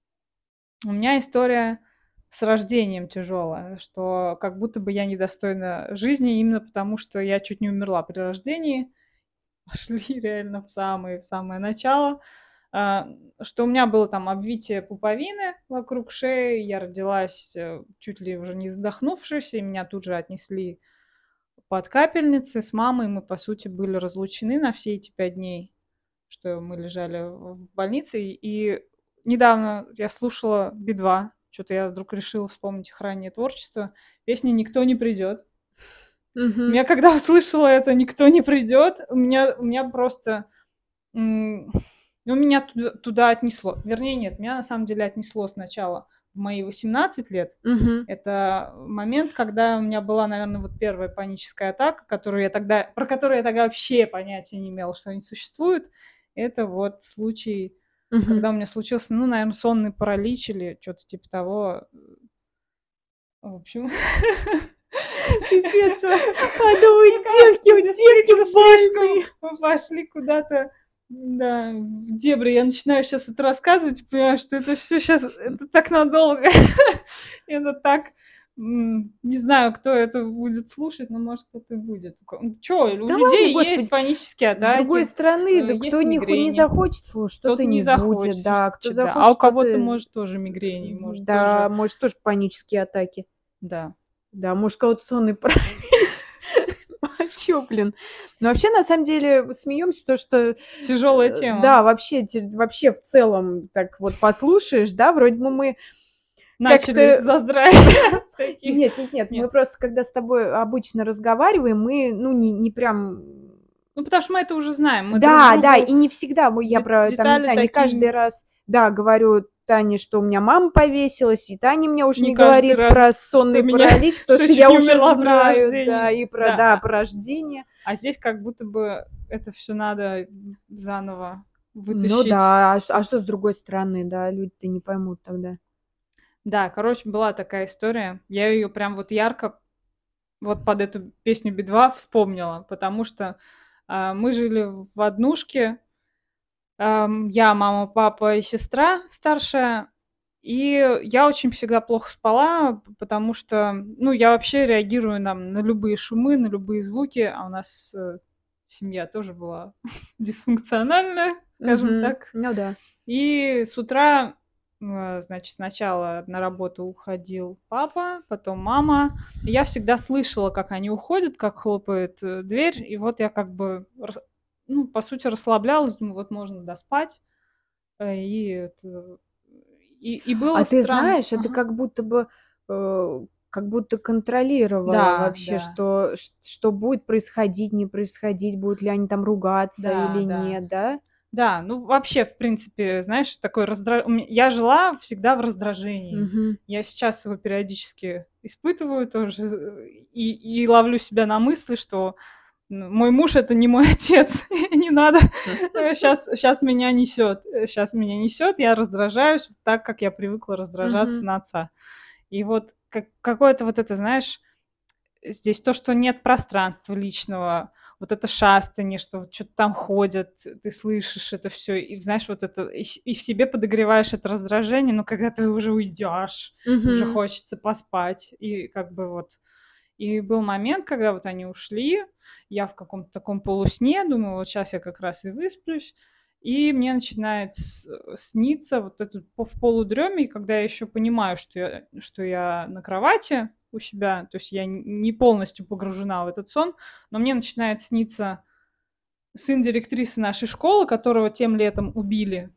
Speaker 1: у меня история с рождением тяжелая, что как будто бы я недостойна жизни именно потому, что я чуть не умерла при рождении. Пошли реально в самое, в самое начало. А, что у меня было там обвитие пуповины вокруг шеи, я родилась э, чуть ли уже не задохнувшись, и меня тут же отнесли под капельницы. С мамой мы, по сути, были разлучены на все эти пять дней, что мы лежали в больнице. И недавно я слушала Би два. Что-то я вдруг решила вспомнить их раннее творчество. Песня «Никто не придет». У
Speaker 2: Мгм.
Speaker 1: меня, когда услышала это «Никто не придет», у меня, у меня просто... м, Ну, меня туда, туда отнесло. Вернее, нет, меня на самом деле отнесло сначала в мои восемнадцать лет.
Speaker 2: Мгм.
Speaker 1: Это момент, когда у меня была, наверное, вот первая паническая атака, которую я тогда, про которую я тогда вообще понятия не имела, что они существуют. Это вот случай,
Speaker 2: Мгм.
Speaker 1: когда у меня случился, ну, наверное, сонный паралич или что-то типа того. В общем,
Speaker 2: Пипец, а а думаю,
Speaker 1: мне
Speaker 2: девки,
Speaker 1: кажется,
Speaker 2: у
Speaker 1: действительно
Speaker 2: девки больные.
Speaker 1: слишком мы пошли куда-то, да, в дебри. Я начинаю сейчас это рассказывать и понимаю, что это все сейчас, это так надолго. Это так, м, не знаю, кто это будет слушать, но, может, кто-то и будет. Чё, у
Speaker 2: Да ладно,
Speaker 1: людей есть
Speaker 2: господи.
Speaker 1: панические
Speaker 2: С другой
Speaker 1: атаки,
Speaker 2: стороны,
Speaker 1: э,
Speaker 2: да кто
Speaker 1: есть
Speaker 2: не хо не
Speaker 1: мигрени.
Speaker 2: захочет слушать, тот
Speaker 1: Кто-то
Speaker 2: и
Speaker 1: не
Speaker 2: не будет,
Speaker 1: захочет,
Speaker 2: да. Кто
Speaker 1: значит, да. А у
Speaker 2: захочет, тот
Speaker 1: кого-то,
Speaker 2: и
Speaker 1: может, тоже мигрени, может,
Speaker 2: да,
Speaker 1: тоже,
Speaker 2: может, тоже панические атаки.
Speaker 1: да.
Speaker 2: Да, может, у кого-то сонный паралич. А чё, блин? Ну, вообще, на самом деле, смеемся, потому что,
Speaker 1: Тяжелая
Speaker 2: э,
Speaker 1: тема.
Speaker 2: да, вообще, те вообще в целом так вот послушаешь, да, вроде бы мы
Speaker 1: Начали
Speaker 2: как-то
Speaker 1: за здравие такие.
Speaker 2: нет нет нет, мы
Speaker 1: Нет.
Speaker 2: просто, когда с тобой обычно разговариваем, мы, ну, не не прям
Speaker 1: Ну, потому что мы это уже знаем. Мы друг
Speaker 2: да, да, и
Speaker 1: другу
Speaker 2: не всегда мы я
Speaker 1: де
Speaker 2: про там, не
Speaker 1: детали
Speaker 2: знаю, не каждый
Speaker 1: такие
Speaker 2: раз, да, говорю Тане, что у меня мама повесилась, и Таня мне уж
Speaker 1: не
Speaker 2: не
Speaker 1: каждый
Speaker 2: говорит
Speaker 1: раз,
Speaker 2: про
Speaker 1: что
Speaker 2: сонный
Speaker 1: меня
Speaker 2: паралич, потому
Speaker 1: что
Speaker 2: что
Speaker 1: чуть
Speaker 2: я
Speaker 1: не
Speaker 2: уже
Speaker 1: умерла при
Speaker 2: знаю, да,
Speaker 1: рождении.
Speaker 2: и про,
Speaker 1: Да,
Speaker 2: да,
Speaker 1: а
Speaker 2: про рождение.
Speaker 1: а здесь как будто бы это все надо, заново
Speaker 2: Ну
Speaker 1: вытащить.
Speaker 2: да, а ш а что с другой стороны, да, люди-то не поймут тогда.
Speaker 1: Да, короче, была такая история. Я ее прям вот ярко вот под эту песню Би два вспомнила, потому что, а, мы жили в однушке. Ам, я, мама, папа и сестра старшая. И я очень всегда плохо спала, п потому что, ну, я вообще реагирую нам на любые шумы, на любые звуки, а у нас, э, семья тоже была дисфункциональная, скажем
Speaker 2: Мгм.
Speaker 1: так.
Speaker 2: Ну да.
Speaker 1: И с утра, э, значит, сначала на работу уходил папа, потом мама. И я всегда слышала, как они уходят, как хлопает, э, дверь. И вот я как бы рас ну, по сути, расслаблялась, думаю, вот можно доспать. Э, и это и и было
Speaker 2: А ты
Speaker 1: странно.
Speaker 2: знаешь, это
Speaker 1: Ага.
Speaker 2: как будто бы, э, как будто контролировала
Speaker 1: Да,
Speaker 2: вообще,
Speaker 1: да,
Speaker 2: что ш что будет происходить, не происходить, будут ли они там ругаться или
Speaker 1: да, да.
Speaker 2: нет, да?
Speaker 1: Да, ну, вообще, в принципе, знаешь, такой раздра у ме я жила всегда в раздражении.
Speaker 2: Мгм.
Speaker 1: Я сейчас его периодически испытываю тоже, э, и и ловлю себя на мысли, что, ну, мой муж — это не мой отец, не надо, сейчас сейчас меня несет, сейчас меня несет, я раздражаюсь так, как я привыкла раздражаться
Speaker 2: Мгм.
Speaker 1: на отца. И вот как какое-то вот это, знаешь, здесь то, что нет пространства личного, вот это шастание, что вот чё-то там ходят, ты слышишь это все, и знаешь, вот это, и, с- и в себе подогреваешь это раздражение, но когда ты уже уйдешь, уже
Speaker 2: Мгм.
Speaker 1: хочется поспать, и как бы вот. И был момент, когда вот они ушли, я в каком-то таком полусне, думаю, вот сейчас я как раз и высплюсь, и мне начинает с- сниться вот этот по- в полудреме, и когда я еще понимаю, что я, что я на кровати у себя, то есть я н- не полностью погружена в этот сон, но мне начинает сниться сын директрисы нашей школы, которого тем летом убили.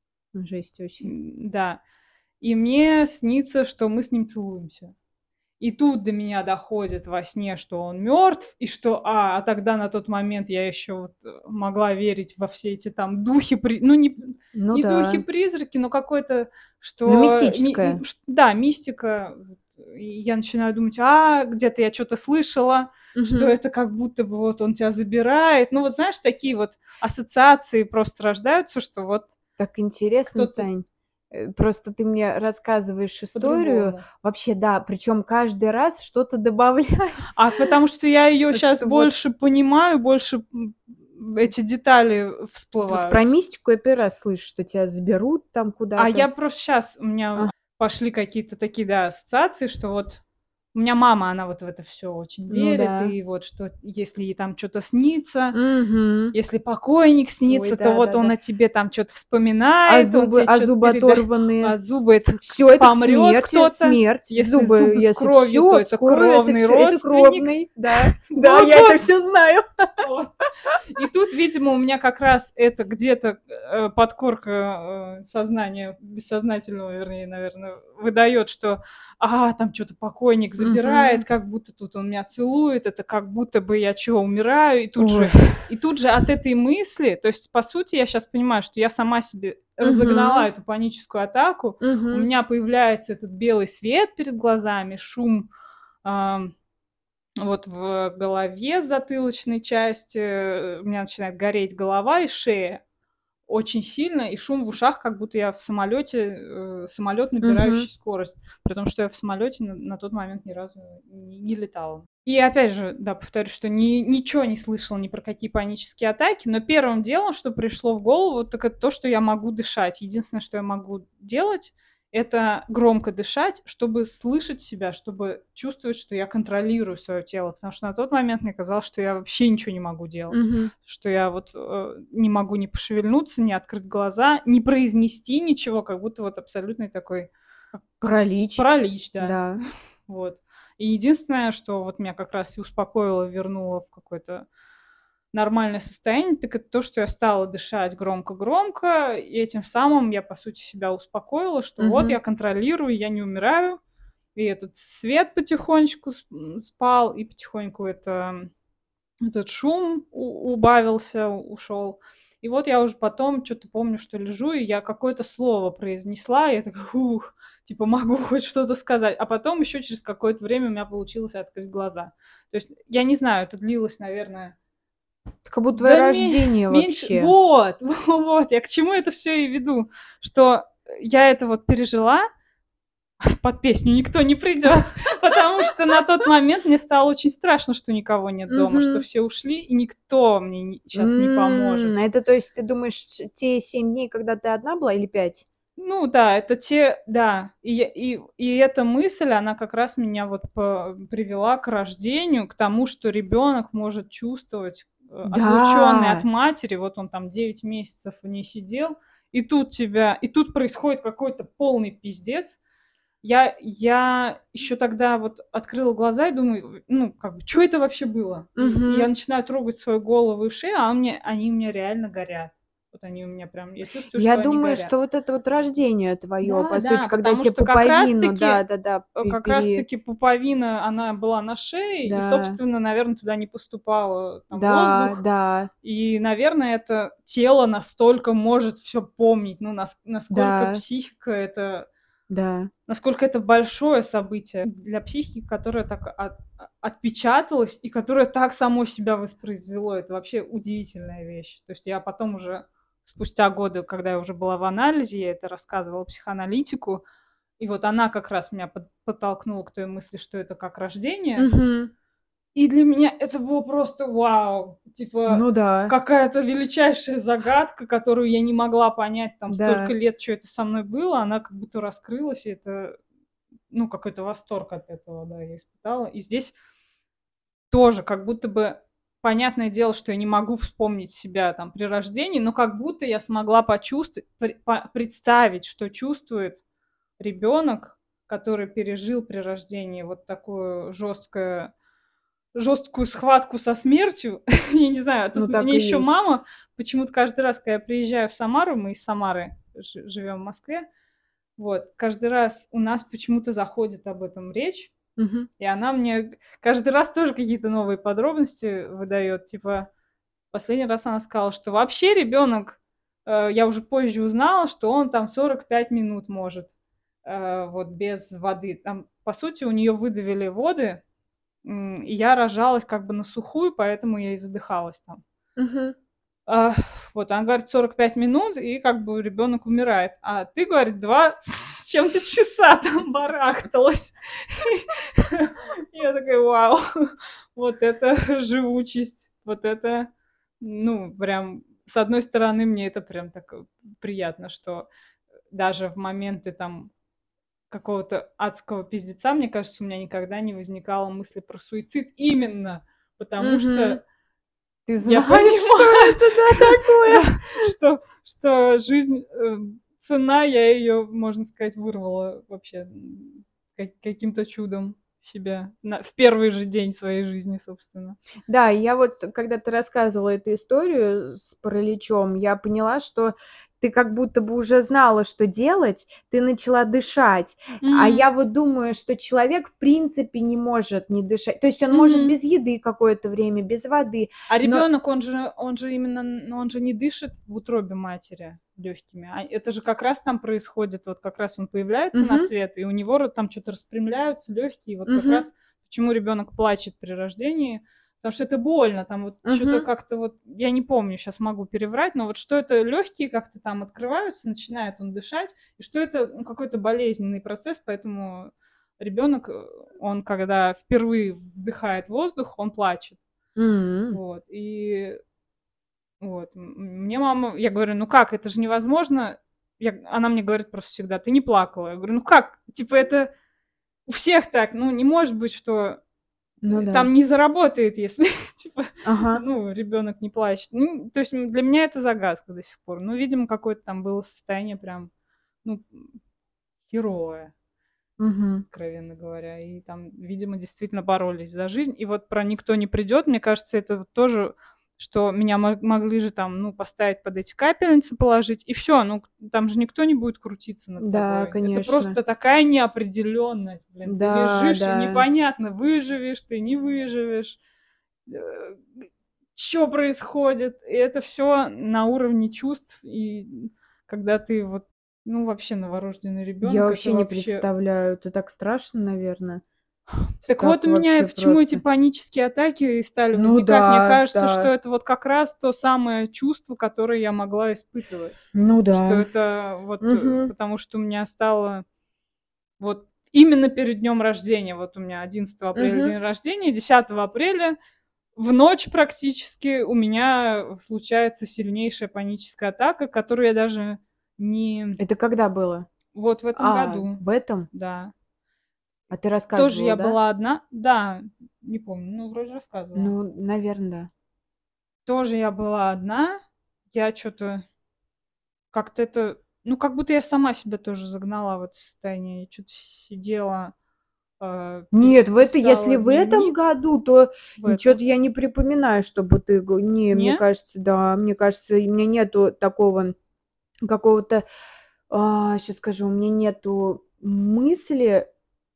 Speaker 2: Жесть вообще.
Speaker 1: М, Да. И мне снится, что мы с ним целуемся. И тут до меня доходит во сне, что он мертв, и что, а, а тогда на тот момент я еще вот э, могла верить во все эти там духи, при... ну не,
Speaker 2: Ну
Speaker 1: не
Speaker 2: да.
Speaker 1: духи-призраки, но какой-то,
Speaker 2: Ну,
Speaker 1: что, ми-
Speaker 2: мистическое.
Speaker 1: м, ш- да, мистика. Вот. И я начинаю думать, а, где-то я что-то слышала, что
Speaker 2: Мгм.
Speaker 1: это как будто бы вот он тебя забирает. Ну вот знаешь, такие вот ассоциации просто рождаются, что вот
Speaker 2: Так интересно,
Speaker 1: кто-то
Speaker 2: Тань. Э, просто ты мне рассказываешь историю.
Speaker 1: По-другому.
Speaker 2: Вообще, да, причем каждый раз что-то добавляется.
Speaker 1: А потому что я ее
Speaker 2: То,
Speaker 1: сейчас
Speaker 2: что вот
Speaker 1: больше понимаю, больше, м, эти детали
Speaker 2: тут про
Speaker 1: всплывают.
Speaker 2: мистику я первый раз слышу, что тебя заберут там
Speaker 1: А я
Speaker 2: куда-то.
Speaker 1: просто сейчас у меня
Speaker 2: А,
Speaker 1: пошли какие-то такие, да, ассоциации, что вот у меня мама, она вот в это все очень
Speaker 2: ну
Speaker 1: верит,
Speaker 2: да.
Speaker 1: и вот что если ей там что то снится,
Speaker 2: Мгм.
Speaker 1: если покойник
Speaker 2: Ой,
Speaker 1: снится, то вот он
Speaker 2: да-да-да.
Speaker 1: о тебе там что то
Speaker 2: А
Speaker 1: вспоминает, он
Speaker 2: зубы
Speaker 1: тебе
Speaker 2: а
Speaker 1: что то
Speaker 2: зубы
Speaker 1: передает. А
Speaker 2: оторванные?
Speaker 1: зубы — это
Speaker 2: Все это к
Speaker 1: помрет
Speaker 2: смерти,
Speaker 1: кто-то.
Speaker 2: смерть.
Speaker 1: Если
Speaker 2: Зубы,
Speaker 1: зубы с
Speaker 2: если
Speaker 1: кровью, то
Speaker 2: все с
Speaker 1: это
Speaker 2: кровью, это
Speaker 1: кровный
Speaker 2: все это
Speaker 1: родственник.
Speaker 2: кровный. Да, да, я это
Speaker 1: Вот-вот.
Speaker 2: все знаю.
Speaker 1: Вот. И тут, видимо, у меня как раз это где-то, э, подкорка, э, сознания, бессознательного, вернее, наверное, выдает, что, а, там что то покойник забирает,
Speaker 2: Мгм.
Speaker 1: как будто тут он меня целует, это как будто бы я чё, умираю. И тут
Speaker 2: Ой.
Speaker 1: же и тут же от этой мысли, то есть, по сути, я сейчас понимаю, что я сама себе разогнала
Speaker 2: Мгм.
Speaker 1: эту паническую атаку. У
Speaker 2: Мгм.
Speaker 1: меня появляется этот белый свет перед глазами, шум, ам вот в голове, затылочной части, э, у меня начинает гореть голова и шея очень сильно, и шум в ушах, как будто я в самолете, э, самолет,
Speaker 2: Мгм.
Speaker 1: набирающий скорость, при том, что я в самолете на, на тот момент ни разу не, не летала. И опять же, да, повторюсь, что ни, ничего не слышала ни про какие панические атаки, но первым делом, что пришло в голову, так это то, что я могу дышать. Единственное, что я могу делать, это громко дышать, чтобы слышать себя, чтобы чувствовать, что я контролирую свое тело. Потому что на тот момент мне казалось, что я вообще ничего не могу делать.
Speaker 2: Мгм.
Speaker 1: Что я вот э, не могу ни пошевельнуться, ни открыть глаза, ни произнести ничего, как будто вот абсолютный такой как, как
Speaker 2: Паралич.
Speaker 1: паралич, да.
Speaker 2: Да.
Speaker 1: Вот. И единственное, что вот меня как раз и успокоило, вернуло в какое-то нормальное состояние, так это то, что я стала дышать громко-громко, и этим самым я, по сути, себя успокоила, что вот
Speaker 2: Мгм.
Speaker 1: я контролирую, я не умираю, и этот свет потихонечку с- м, спал, и потихоньку это, этот шум у- убавился, ушел. И вот я уже потом что-то помню, что лежу, и я какое-то слово произнесла, и я такая, ух, типа могу хоть что-то сказать. А потом еще через какое-то время у меня получилось открыть глаза. То есть я не знаю, это длилось, наверное,
Speaker 2: Это как будто твое
Speaker 1: да ме
Speaker 2: рождение
Speaker 1: меньше
Speaker 2: вообще.
Speaker 1: вот, вот, я к чему это все и веду, что я это вот пережила, под песню никто не придет, потому что на тот момент мне стало очень страшно, что никого нет дома, что
Speaker 2: Мгм.
Speaker 1: все ушли, и никто мне сейчас не поможет.
Speaker 2: М, это, то есть, ты думаешь, те семь дней, когда ты одна была, или пять?
Speaker 1: Ну да, это те да, и я и и эта мысль, она как раз меня вот по привела к рождению, к тому, что ребенок может чувствовать, э, отлучённый от
Speaker 2: Да!
Speaker 1: матери. Вот он там девять месяцев в ней сидел, и тут тебя и тут происходит какой-то полный пиздец. Я я еще тогда вот открыла глаза и думаю, ну, как бы, что это вообще было? И и я
Speaker 2: Мгм.
Speaker 1: начинаю трогать свою голову и шею, а он мне они у меня реально горят. Вот они у меня прям, я чувствую,
Speaker 2: Я
Speaker 1: что они
Speaker 2: думаю,
Speaker 1: горят.
Speaker 2: что вот это вот рождение твое,
Speaker 1: Да,
Speaker 2: по сути,
Speaker 1: да,
Speaker 2: когда
Speaker 1: потому
Speaker 2: те
Speaker 1: что как раз
Speaker 2: пуповину,
Speaker 1: таки,
Speaker 2: да-да-да,
Speaker 1: э,
Speaker 2: пе
Speaker 1: как раз
Speaker 2: пере
Speaker 1: таки пуповина, она была на шее, и,
Speaker 2: да,
Speaker 1: собственно, наверное, туда не поступал, э, там
Speaker 2: да,
Speaker 1: воздух.
Speaker 2: да,
Speaker 1: И, наверное, это тело настолько может все помнить, ну, нас насколько
Speaker 2: да,
Speaker 1: психика — это
Speaker 2: да.
Speaker 1: насколько это большое событие для психики, которое так от а отпечаталось и которое так само себя воспроизвело. Это вообще удивительная вещь. То есть я потом уже, спустя годы, когда я уже была в анализе, я это рассказывала психоаналитику, и вот она как раз меня под подтолкнула к той мысли, что это как рождение.
Speaker 2: Мгм.
Speaker 1: И для меня это было просто вау! Типа
Speaker 2: Ну да,
Speaker 1: какая-то величайшая загадка, которую я не могла понять там столько
Speaker 2: да.
Speaker 1: лет, что это со мной было. Она как будто раскрылась, и это, ну, какой-то восторг от этого, да, я испытала. И здесь тоже как будто бы понятное дело, что я не могу вспомнить себя там при рождении, но как будто я смогла почувствовать, пре па представить, что чувствует ребенок, который пережил при рождении вот такую жесткое жесткую схватку со смертью. Я не знаю, тут
Speaker 2: Ну так
Speaker 1: мне
Speaker 2: и
Speaker 1: еще
Speaker 2: есть.
Speaker 1: мама почему-то каждый раз, когда я приезжаю в Самару, мы из Самары жи живем в Москве, вот, каждый раз у нас почему-то заходит об этом речь,
Speaker 2: Мгм.
Speaker 1: и она мне каждый раз тоже какие-то новые подробности выдает. Типа, последний раз она сказала, что вообще ребенок, э, я уже позже узнала, что он там сорок пять минут может, э, вот без воды. Там, по сути, у нее выдавили воды, м, и я рожалась как бы на сухую, поэтому я и задыхалась там.
Speaker 2: Мгм.
Speaker 1: А, Вот, она говорит сорок пять минут, и как бы ребенок умирает. А ты, говорит, два с чем-то часа там барахталась. Я такая, вау, вот это живучесть, вот это, ну, прям, с одной стороны, мне это прям так э, приятно, что даже в моменты там какого-то адского пиздеца, мне кажется, у меня никогда не возникало мысли про суицид именно потому
Speaker 2: Мгм.
Speaker 1: что
Speaker 2: Ты
Speaker 1: я
Speaker 2: знаешь, что
Speaker 1: понимаю,
Speaker 2: это, да, такое?
Speaker 1: да, что, что жизнь, э, цена, я ее, можно сказать, вырвала вообще м, как- каким-то чудом себя на- в первый же день своей жизни, собственно.
Speaker 2: Да, я вот, когда ты рассказывала эту историю с параличом, я поняла, что ты как будто бы уже знала, что делать, ты начала дышать. А
Speaker 1: Мгм.
Speaker 2: я вот думаю, что человек в принципе не может не дышать. То есть он может
Speaker 1: Мгм.
Speaker 2: без еды какое-то время, без воды,
Speaker 1: А
Speaker 2: но
Speaker 1: ребенок, он же, он же именно, н- он же не дышит в утробе матери легкими. А это же как раз там происходит, вот как раз он появляется на
Speaker 2: Мгм,
Speaker 1: свет, и у него ро- там что-то распрямляются легкие, и вот как
Speaker 2: мгм,
Speaker 1: раз почему ребенок плачет при рождении, потому что это больно, там вот что-то
Speaker 2: мгм.
Speaker 1: как-то вот, я не помню, сейчас могу переврать, но вот что это легкие как-то там открываются, начинает он дышать, и что это ну, какой-то болезненный процесс, поэтому ребенок, э, он когда впервые вдыхает воздух, он плачет.
Speaker 2: М.
Speaker 1: Вот, и вот, м мне мама я говорю: "Ну как, это же невозможно". Я она мне говорит просто всегда: "Ты не плакала". Я говорю: "Ну как? Типа это у всех так, ну не может быть, что,
Speaker 2: Ну
Speaker 1: э,
Speaker 2: да.
Speaker 1: там не заработает, если типа,
Speaker 2: Ага.
Speaker 1: ну, ребенок не плачет". Ну, то есть, м, для меня это загадка до сих пор. Ну, видимо, какое-то там было состояние прям, ну, м, херовое,
Speaker 2: Мгм.
Speaker 1: откровенно говоря. И там, видимо, действительно боролись за жизнь. И вот про "Никто не придет", мне кажется, это вот тоже, что меня мо могли же там, ну, поставить под эти капельницы, положить, и все. Ну, к там же никто не будет крутиться над
Speaker 2: Да,
Speaker 1: тобой. Это
Speaker 2: конечно.
Speaker 1: просто такая неопределенность, блин. Ты
Speaker 2: Да,
Speaker 1: лежишь, и
Speaker 2: да.
Speaker 1: непонятно, выживешь ты, не выживешь. Э, чё происходит? И это все на уровне чувств. И когда ты вот, ну, вообще новорожденный
Speaker 2: Я
Speaker 1: ребенок, это
Speaker 2: вообще не
Speaker 1: вообще.
Speaker 2: представляю. Это так страшно, наверное.
Speaker 1: Так вот,
Speaker 2: Так
Speaker 1: у меня
Speaker 2: вообще
Speaker 1: почему эти
Speaker 2: просто.
Speaker 1: панические атаки и стали
Speaker 2: Ну
Speaker 1: возникать. Мне
Speaker 2: да,
Speaker 1: кажется, что
Speaker 2: да.
Speaker 1: это вот как раз то самое чувство, которое я могла испытывать.
Speaker 2: Ну
Speaker 1: Что
Speaker 2: да.
Speaker 1: это вот, э,
Speaker 2: Мгм.
Speaker 1: потому что у меня стало вот именно перед днем рождения, вот у меня одиннадцатого апреля
Speaker 2: Мгм.
Speaker 1: день рождения, десятого апреля в ночь практически у меня случается сильнейшая паническая атака, которую я даже не
Speaker 2: Это когда было?
Speaker 1: вот в этом
Speaker 2: А,
Speaker 1: году,
Speaker 2: в этом?
Speaker 1: да.
Speaker 2: А ты
Speaker 1: Тоже
Speaker 2: рассказывала,
Speaker 1: я
Speaker 2: да?
Speaker 1: была одна. Да, не помню, ну, вроде рассказывала.
Speaker 2: Ну, наверно, да.
Speaker 1: Тоже я была одна. Я что то как-то это, ну, как будто я сама себя тоже загнала в это состояние. Я чё-то сидела, э, пи
Speaker 2: Нет, в это если
Speaker 1: писала
Speaker 2: в этом
Speaker 1: дневник
Speaker 2: году, то
Speaker 1: в
Speaker 2: чё-то
Speaker 1: этом.
Speaker 2: я не припоминаю, чтобы ты го не, мне
Speaker 1: Не?
Speaker 2: кажется, да, мне кажется, у меня нету такого какого-то, а, щас скажу, у меня нету мысли,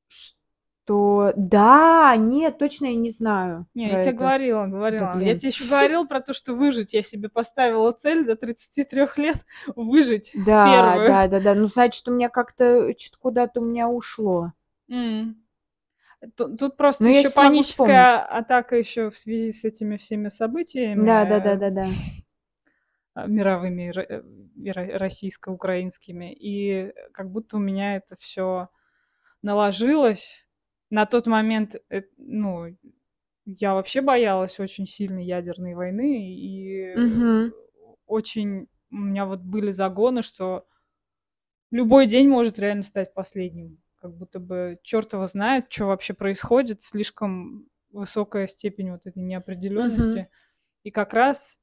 Speaker 2: что да, нет, точно я не знаю
Speaker 1: Не, я
Speaker 2: про
Speaker 1: тебе
Speaker 2: это.
Speaker 1: говорила,
Speaker 2: Да,
Speaker 1: говорила. Я
Speaker 2: блин.
Speaker 1: тебе еще говорила про то, что выжить. Я себе поставила цель до тридцати трёх лет выжить
Speaker 2: Да,
Speaker 1: первую.
Speaker 2: да-да-да. Ну, значит, у меня как-то чё-то куда-то у меня ушло.
Speaker 1: М. Ту тут
Speaker 2: Но
Speaker 1: просто
Speaker 2: я
Speaker 1: еще
Speaker 2: щас могу
Speaker 1: паническая
Speaker 2: вспомнить.
Speaker 1: атака еще в связи с этими всеми событиями, э
Speaker 2: Да-да-да-да-да.
Speaker 1: а, мировыми, ро э, и ро российско-украинскими. И как будто у меня это все наложилось. На тот момент, э, ну, я вообще боялась очень сильно ядерной войны, и э,
Speaker 2: Мгм.
Speaker 1: очень у меня вот были загоны, что любой день может реально стать последним. Как будто бы черт его знает, что вообще происходит, слишком высокая степень вот этой
Speaker 2: Мгм.
Speaker 1: неопределенности. И как раз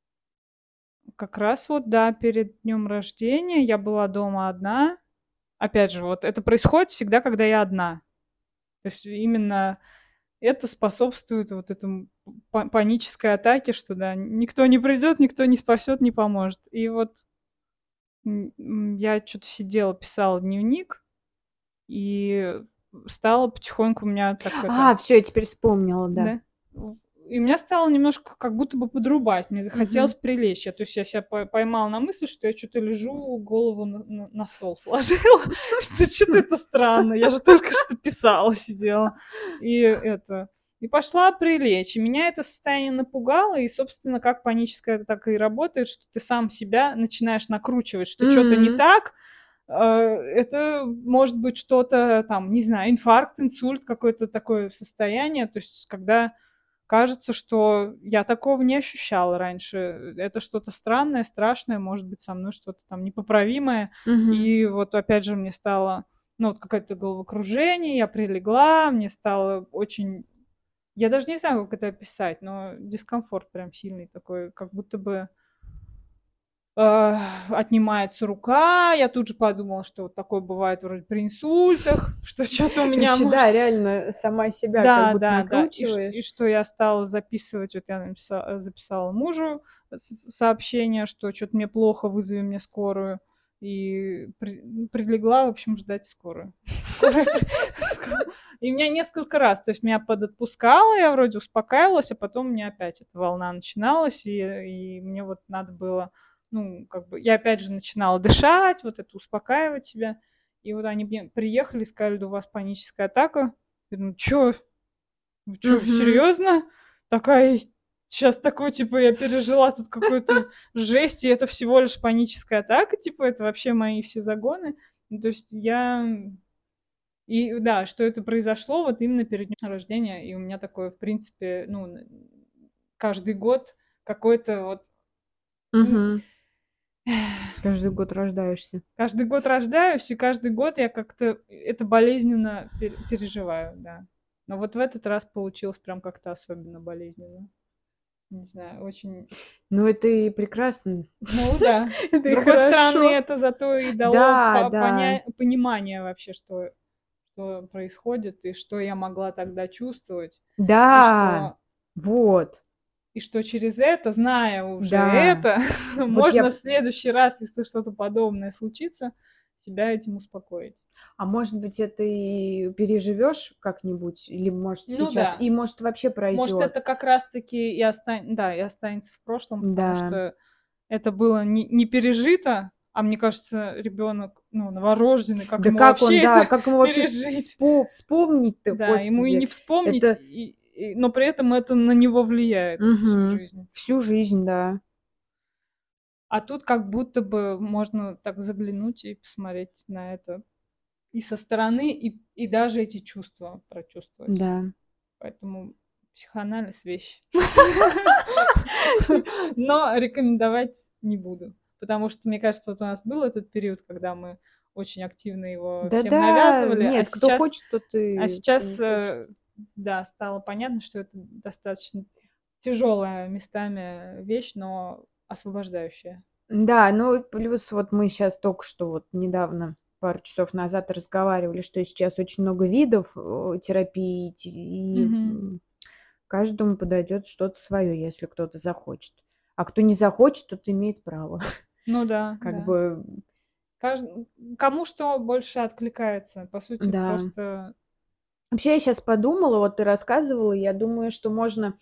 Speaker 1: Как раз вот, да, перед днем рождения я была дома одна. Опять же, вот это происходит всегда, когда я одна. То есть именно это способствует вот этому па панической атаке, что да, никто не придет, никто не спасет, не поможет. И вот, м, м, я что то сидела, писала дневник, и стало потихоньку у меня так это.
Speaker 2: А, всё, я теперь вспомнила, да.
Speaker 1: Да. В и меня стало немножко как будто бы подрубать. Мне захотелось
Speaker 2: Мгм.
Speaker 1: прилечь. Я, то есть я себя по поймала на мысли, что я что то лежу, голову на на на стол сложила, что что то это странно. Я же только что писала, сидела. И это, И пошла прилечь. И меня это состояние напугало, и, собственно, как паническая атака и работает, что ты сам себя начинаешь накручивать, что что-то не
Speaker 2: Мгм.
Speaker 1: так. Э, это может быть что-то там, не знаю, инфаркт, инсульт, какое-то такое состояние. То есть когда кажется, что я такого не ощущала раньше. Это что-то странное, страшное, может быть, со мной что-то там непоправимое.
Speaker 2: Мгм.
Speaker 1: И вот опять же мне стало, ну, вот какое-то головокружение, я прилегла, мне стало очень... Я даже не знаю, как это описать, но дискомфорт прям сильный такой, как будто бы э, отнимается рука. Я тут же подумала, что вот такое бывает вроде при инсультах, что что-то у меня
Speaker 2: Короче, да,
Speaker 1: может...
Speaker 2: реально сама себя как
Speaker 1: Да,
Speaker 2: будто
Speaker 1: да, да. И, ш- и
Speaker 2: накручиваешь.
Speaker 1: что я стала записывать, вот я написа- записала мужу с- сообщение, что что-то мне плохо, вызови мне скорую. И при- ну, прилегла, в общем, ждать скорую. Скорая при- ск- И меня несколько раз, то есть меня подотпускало, я вроде успокаивалась, а потом у меня опять эта волна начиналась, и, и мне вот надо было, ну, как бы, я опять же начинала дышать, вот это успокаивать себя. И вот они мне приехали, сказали, да у вас паническая атака. Я думаю, чё? Вы чё,
Speaker 2: Мгм.
Speaker 1: серьезно? Такая сейчас такой, типа, я пережила тут какую-то жесть, и это всего лишь паническая атака, типа, это вообще мои все загоны. Ну, то есть я... И да, что это произошло вот именно перед днем рождения, и у меня такое, в принципе, ну, н- каждый год какой-то вот... м,
Speaker 2: Мгм. Каждый год рождаешься.
Speaker 1: Каждый год рождаюсь, и каждый год я как-то это болезненно пер- переживаю, да. Но вот в этот раз получилось прям как-то особенно болезненно. Не знаю, очень...
Speaker 2: Ну, это и прекрасно.
Speaker 1: Ну да.
Speaker 2: Это
Speaker 1: С
Speaker 2: и
Speaker 1: другой стороны,
Speaker 2: хорошо.
Speaker 1: это зато и дало
Speaker 2: Да,
Speaker 1: по-
Speaker 2: да,
Speaker 1: поня- понимание вообще, что, что происходит, и что я могла тогда чувствовать, и
Speaker 2: да,
Speaker 1: что,
Speaker 2: вот,
Speaker 1: и что через это, зная уже
Speaker 2: да.
Speaker 1: это,
Speaker 2: Вот
Speaker 1: можно
Speaker 2: я
Speaker 1: в следующий раз, если что-то подобное случится, себя этим успокоить.
Speaker 2: а может быть, это и переживешь как-нибудь, или, может,
Speaker 1: Ну
Speaker 2: сейчас,
Speaker 1: да.
Speaker 2: и, может, вообще
Speaker 1: Может, это
Speaker 2: пройдет.
Speaker 1: как раз-таки и остань да, и останется в прошлом, потому
Speaker 2: Да.
Speaker 1: что это было не не пережито, а мне кажется, ребенок, ну, новорожденный, как
Speaker 2: Да
Speaker 1: ему
Speaker 2: как он,
Speaker 1: вообще это
Speaker 2: да, как ему вообще вс
Speaker 1: пережить?
Speaker 2: вспо вспомнить-то,
Speaker 1: Да, ему и
Speaker 2: Господи.
Speaker 1: не вспомнить,
Speaker 2: Это
Speaker 1: и и но при этом это на него влияет всю
Speaker 2: мгм.
Speaker 1: жизнь.
Speaker 2: Всю жизнь, да.
Speaker 1: А тут как будто бы можно так заглянуть и посмотреть на это и со стороны, и и даже эти чувства прочувствовать.
Speaker 2: Да.
Speaker 1: Поэтому психоанализ — вещь. Но рекомендовать не буду, потому что, мне кажется, вот у нас был этот период, когда мы очень активно его всем
Speaker 2: Да-да,
Speaker 1: навязывали, а
Speaker 2: нет, кто
Speaker 1: сейчас
Speaker 2: хочет, тот
Speaker 1: а
Speaker 2: и кто
Speaker 1: сейчас,
Speaker 2: не хочет.
Speaker 1: э, да, стало понятно, что это достаточно тяжелая местами вещь, но освобождающая.
Speaker 2: Да, ну и плюс вот мы сейчас только что вот недавно, пару часов назад разговаривали, что сейчас очень много видов, э, терапии, ти и,
Speaker 1: Мгм.
Speaker 2: м, каждому подойдет что-то свое, если кто-то захочет. А кто не захочет, тот имеет право.
Speaker 1: Ну да,
Speaker 2: Как
Speaker 1: да.
Speaker 2: бы,
Speaker 1: Кажд Кому что больше откликается. По сути,
Speaker 2: да.
Speaker 1: просто...
Speaker 2: Вообще, я сейчас подумала, вот ты рассказывала, я думаю, что можно,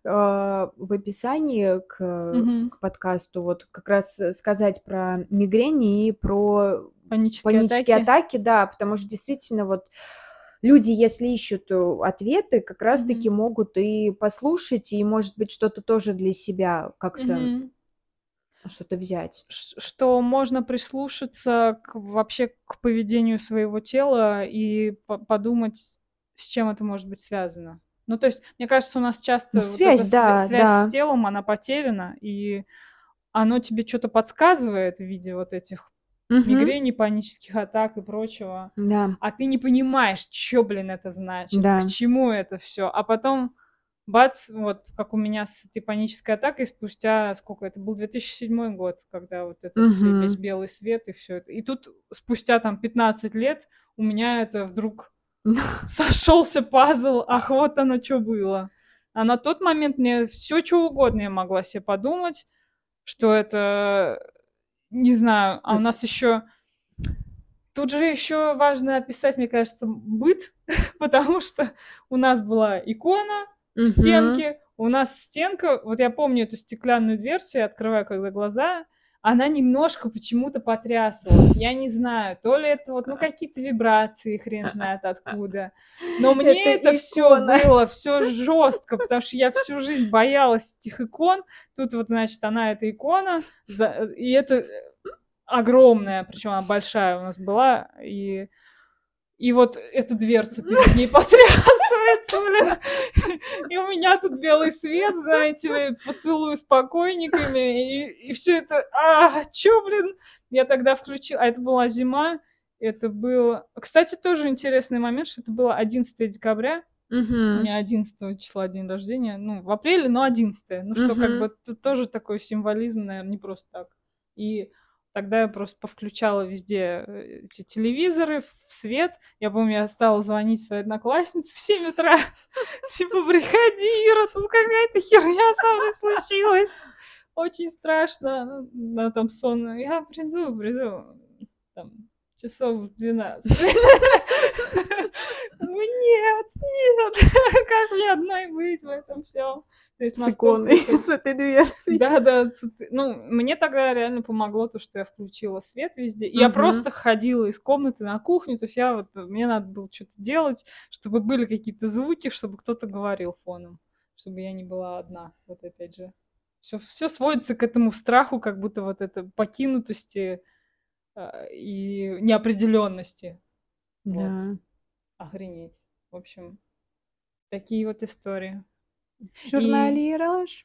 Speaker 2: а, в описании к
Speaker 1: Мгм.
Speaker 2: к подкасту вот как раз, э, сказать про мигрень и про
Speaker 1: Панические
Speaker 2: панические
Speaker 1: атаки.
Speaker 2: атаки, да, потому что действительно вот люди, если ищут, э, ответы, как раз таки
Speaker 1: Мгм.
Speaker 2: могут и послушать, и, может быть, что-то тоже для себя как-то,
Speaker 1: Мгм.
Speaker 2: что-то взять.
Speaker 1: Ш что можно прислушаться к вообще к поведению своего тела и по подумать, с чем это может быть связано. Ну, то есть, мне кажется, у нас
Speaker 2: Ну,
Speaker 1: часто вот эта
Speaker 2: связь,
Speaker 1: свя
Speaker 2: да,
Speaker 1: связь с
Speaker 2: да.
Speaker 1: телом, она потеряна, и оно тебе что то подсказывает в виде вот этих
Speaker 2: Мгм.
Speaker 1: мигрени, панических атак и прочего,
Speaker 2: Да,
Speaker 1: а ты не понимаешь, что, блин, это значит, к
Speaker 2: да.
Speaker 1: чему это все, а потом бац, вот как у меня с этой панической атакой спустя сколько это был, две тысячи седьмой год, когда вот этот все весь
Speaker 2: Мгм.
Speaker 1: белый свет и все это. И тут спустя там пятнадцать лет у меня это вдруг сошелся пазл, ах, вот оно что было. А на тот момент мне все что угодно я могла себе подумать, что это, не знаю, а у
Speaker 2: М,
Speaker 1: нас еще тут же еще важно описать, мне кажется, быт, потому что у нас была икона в
Speaker 2: мгм.
Speaker 1: стенке, у нас стенка, вот я помню эту стеклянную дверцу, я открываю когда глаза, она немножко почему-то потрясывалась. Я не знаю, то ли это вот, ну, какие-то вибрации, хрен знает откуда. Но
Speaker 2: Это
Speaker 1: мне это все
Speaker 2: икона.
Speaker 1: было, все жестко, потому что я всю жизнь боялась этих икон. Тут вот, значит, она эта икона, за- и это огромная, причем она большая у нас была, и и вот эта дверца перед ней потрясывается, блин. И у меня тут белый свет, знаете ли, поцелуй с покойниками. И, и все это... А, чё, блин? Я тогда включила... А это была зима. Это было... Кстати, тоже интересный момент, что это было одиннадцатого декабря. У
Speaker 2: Мгм.
Speaker 1: меня одиннадцатого числа день рождения. Ну, в апреле, но одиннадцатое. Ну, что как
Speaker 2: Мгм.
Speaker 1: бы тут тоже такой символизм, наверное, не просто так. И тогда я просто повключала везде э, эти телевизоры, в свет. Я помню, я стала звонить своей однокласснице в семь утра. Типа, приходи, Ира, тут какая-то херня со мной случилась. Очень страшно. Ну, она там сонная. Я приду, приду. Там, часов в двенадцать. Ну, нет, нет, как мне одной быть в этом всем? То есть
Speaker 2: С
Speaker 1: настолько
Speaker 2: иконой,
Speaker 1: это...
Speaker 2: с этой дверцей.
Speaker 1: Да, да, ц- ну, мне тогда реально помогло то, что я включила свет везде. И я
Speaker 2: Мгм.
Speaker 1: просто ходила из комнаты на кухню, то есть я вот, мне надо было что-то делать, чтобы были какие-то звуки, чтобы кто-то говорил фоном, чтобы я не была одна. Вот опять же. Все, все сводится к этому страху, как будто вот это покинутости а, и неопределенности. Вот.
Speaker 2: Да.
Speaker 1: Охренеть. В общем, такие вот истории. И
Speaker 2: Журналируешь?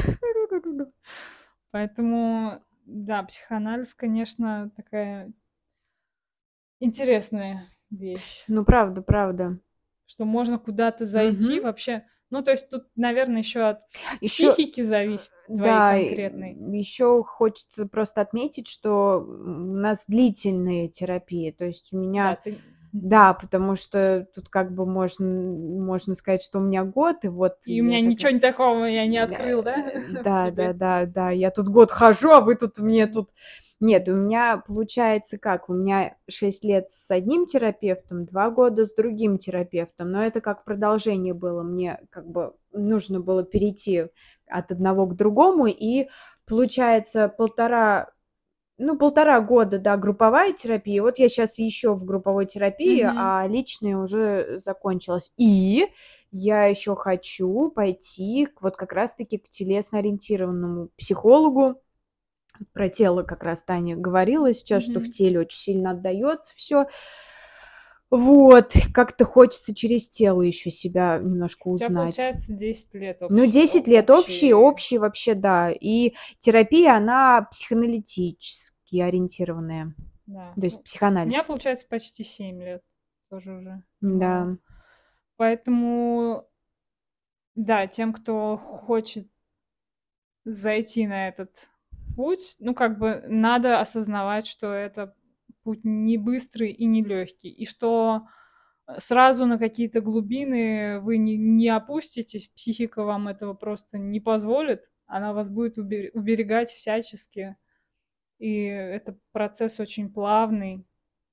Speaker 1: поэтому, да, психоанализ, конечно, такая интересная вещь,
Speaker 2: Ну, правда, правда.
Speaker 1: что можно куда-то зайти
Speaker 2: Мгм.
Speaker 1: вообще. Ну, то есть тут, наверное, еще от
Speaker 2: Еще,
Speaker 1: психики зависит твоей
Speaker 2: да,
Speaker 1: конкретной.
Speaker 2: еще хочется просто отметить, что м, у нас длительные терапии. То есть у
Speaker 1: Да,
Speaker 2: меня,
Speaker 1: ты...
Speaker 2: да,
Speaker 1: Мгм.
Speaker 2: потому что тут как бы можно, можно сказать, что у меня год, и вот
Speaker 1: И у
Speaker 2: я
Speaker 1: меня
Speaker 2: такая,
Speaker 1: ничего не такого я не открыл, да,
Speaker 2: э,
Speaker 1: в
Speaker 2: да, да,
Speaker 1: себе?
Speaker 2: да, да, я тут год хожу, а вы тут мне
Speaker 1: Мгм.
Speaker 2: тут... Нет, у меня получается как? У меня шесть лет с одним терапевтом, два года с другим терапевтом, но это как продолжение было. Мне как бы нужно было перейти от одного к другому, и получается полтора, ну, полтора года, да, групповая терапия. Вот я сейчас еще в групповой терапии,
Speaker 1: Мгм.
Speaker 2: а личная уже закончилась. И я еще хочу пойти к вот как раз-таки к телесно-ориентированному психологу. Про тело как раз Таня говорила сейчас, что в
Speaker 1: Мгм.
Speaker 2: теле очень сильно отдается все. Вот, как-то хочется через тело еще себя немножко
Speaker 1: У тебя
Speaker 2: узнать.
Speaker 1: получается десять лет
Speaker 2: Ну,
Speaker 1: общий,
Speaker 2: десять
Speaker 1: о-
Speaker 2: лет общий,
Speaker 1: общий.
Speaker 2: общий вообще, да. И терапия, она психоаналитически ориентированная,
Speaker 1: Да.
Speaker 2: то есть
Speaker 1: Ну, у меня
Speaker 2: психоанализ.
Speaker 1: получается почти семь лет. Тоже уже немало.
Speaker 2: Да.
Speaker 1: Поэтому, да, тем, кто хочет зайти на этот путь, ну, как бы надо осознавать, что это путь не быстрый и не легкий, и что э, сразу на какие-то глубины вы не, не опуститесь, психика вам этого просто не позволит, она вас будет убер- уберегать всячески, и это процесс очень плавный,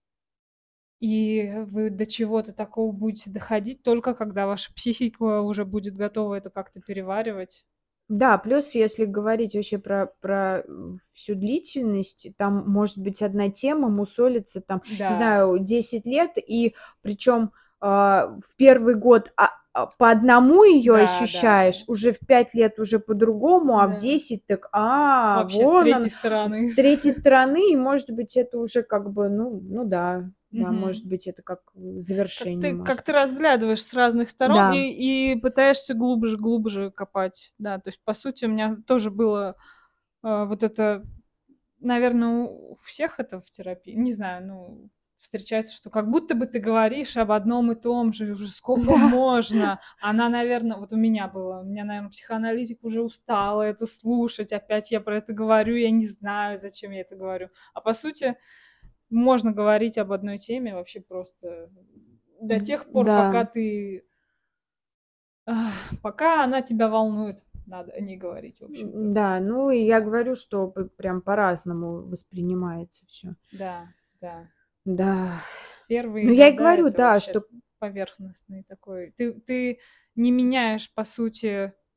Speaker 1: и вы до чего-то такого будете доходить только когда ваша психика уже будет готова это как-то переваривать.
Speaker 2: Да, плюс, если говорить вообще про про, м, всю длительность, там может быть одна тема мусолится там, не
Speaker 1: Да,
Speaker 2: знаю, десять лет, и причем, а, в первый год, а, а, по одному ее
Speaker 1: да, да,
Speaker 2: ощущаешь,
Speaker 1: да,
Speaker 2: уже в пять лет уже по-другому, а в
Speaker 1: да.
Speaker 2: десять так, а,
Speaker 1: Вообще с
Speaker 2: вон
Speaker 1: третьей
Speaker 2: он, с
Speaker 1: стороны.
Speaker 2: третьей стороны, и, может быть, это уже как бы, ну ну да, да,
Speaker 1: Мгм.
Speaker 2: может быть, это как, м,
Speaker 1: Как
Speaker 2: завершение,
Speaker 1: ты как
Speaker 2: может
Speaker 1: ты
Speaker 2: быть.
Speaker 1: разглядываешь с разных сторон
Speaker 2: Да.
Speaker 1: и и пытаешься глубже глубже копать. Да, то есть, по сути, у меня тоже было, а, вот это, наверное, у всех это в терапии, не знаю, ну, встречается, что как будто бы ты говоришь об одном и том же уже сколько
Speaker 2: Да.
Speaker 1: можно. Она, наверное, вот у меня было, у меня, наверное, психоаналитик уже устала это слушать, опять я про это говорю, я не знаю, зачем я это говорю. А по сути, можно говорить об одной теме вообще просто до тех пор,
Speaker 2: Да.
Speaker 1: пока ты, ах, пока она тебя волнует, надо о ней говорить, в общем-то.
Speaker 2: М, да, ну и я
Speaker 1: Да,
Speaker 2: говорю, что п прям по-разному воспринимается все.
Speaker 1: да, да.
Speaker 2: Да. Ну,
Speaker 1: Первые
Speaker 2: я и
Speaker 1: года
Speaker 2: говорю,
Speaker 1: это
Speaker 2: да,
Speaker 1: вообще
Speaker 2: что
Speaker 1: поверхностный такой. Ты ты не меняешь, по сути,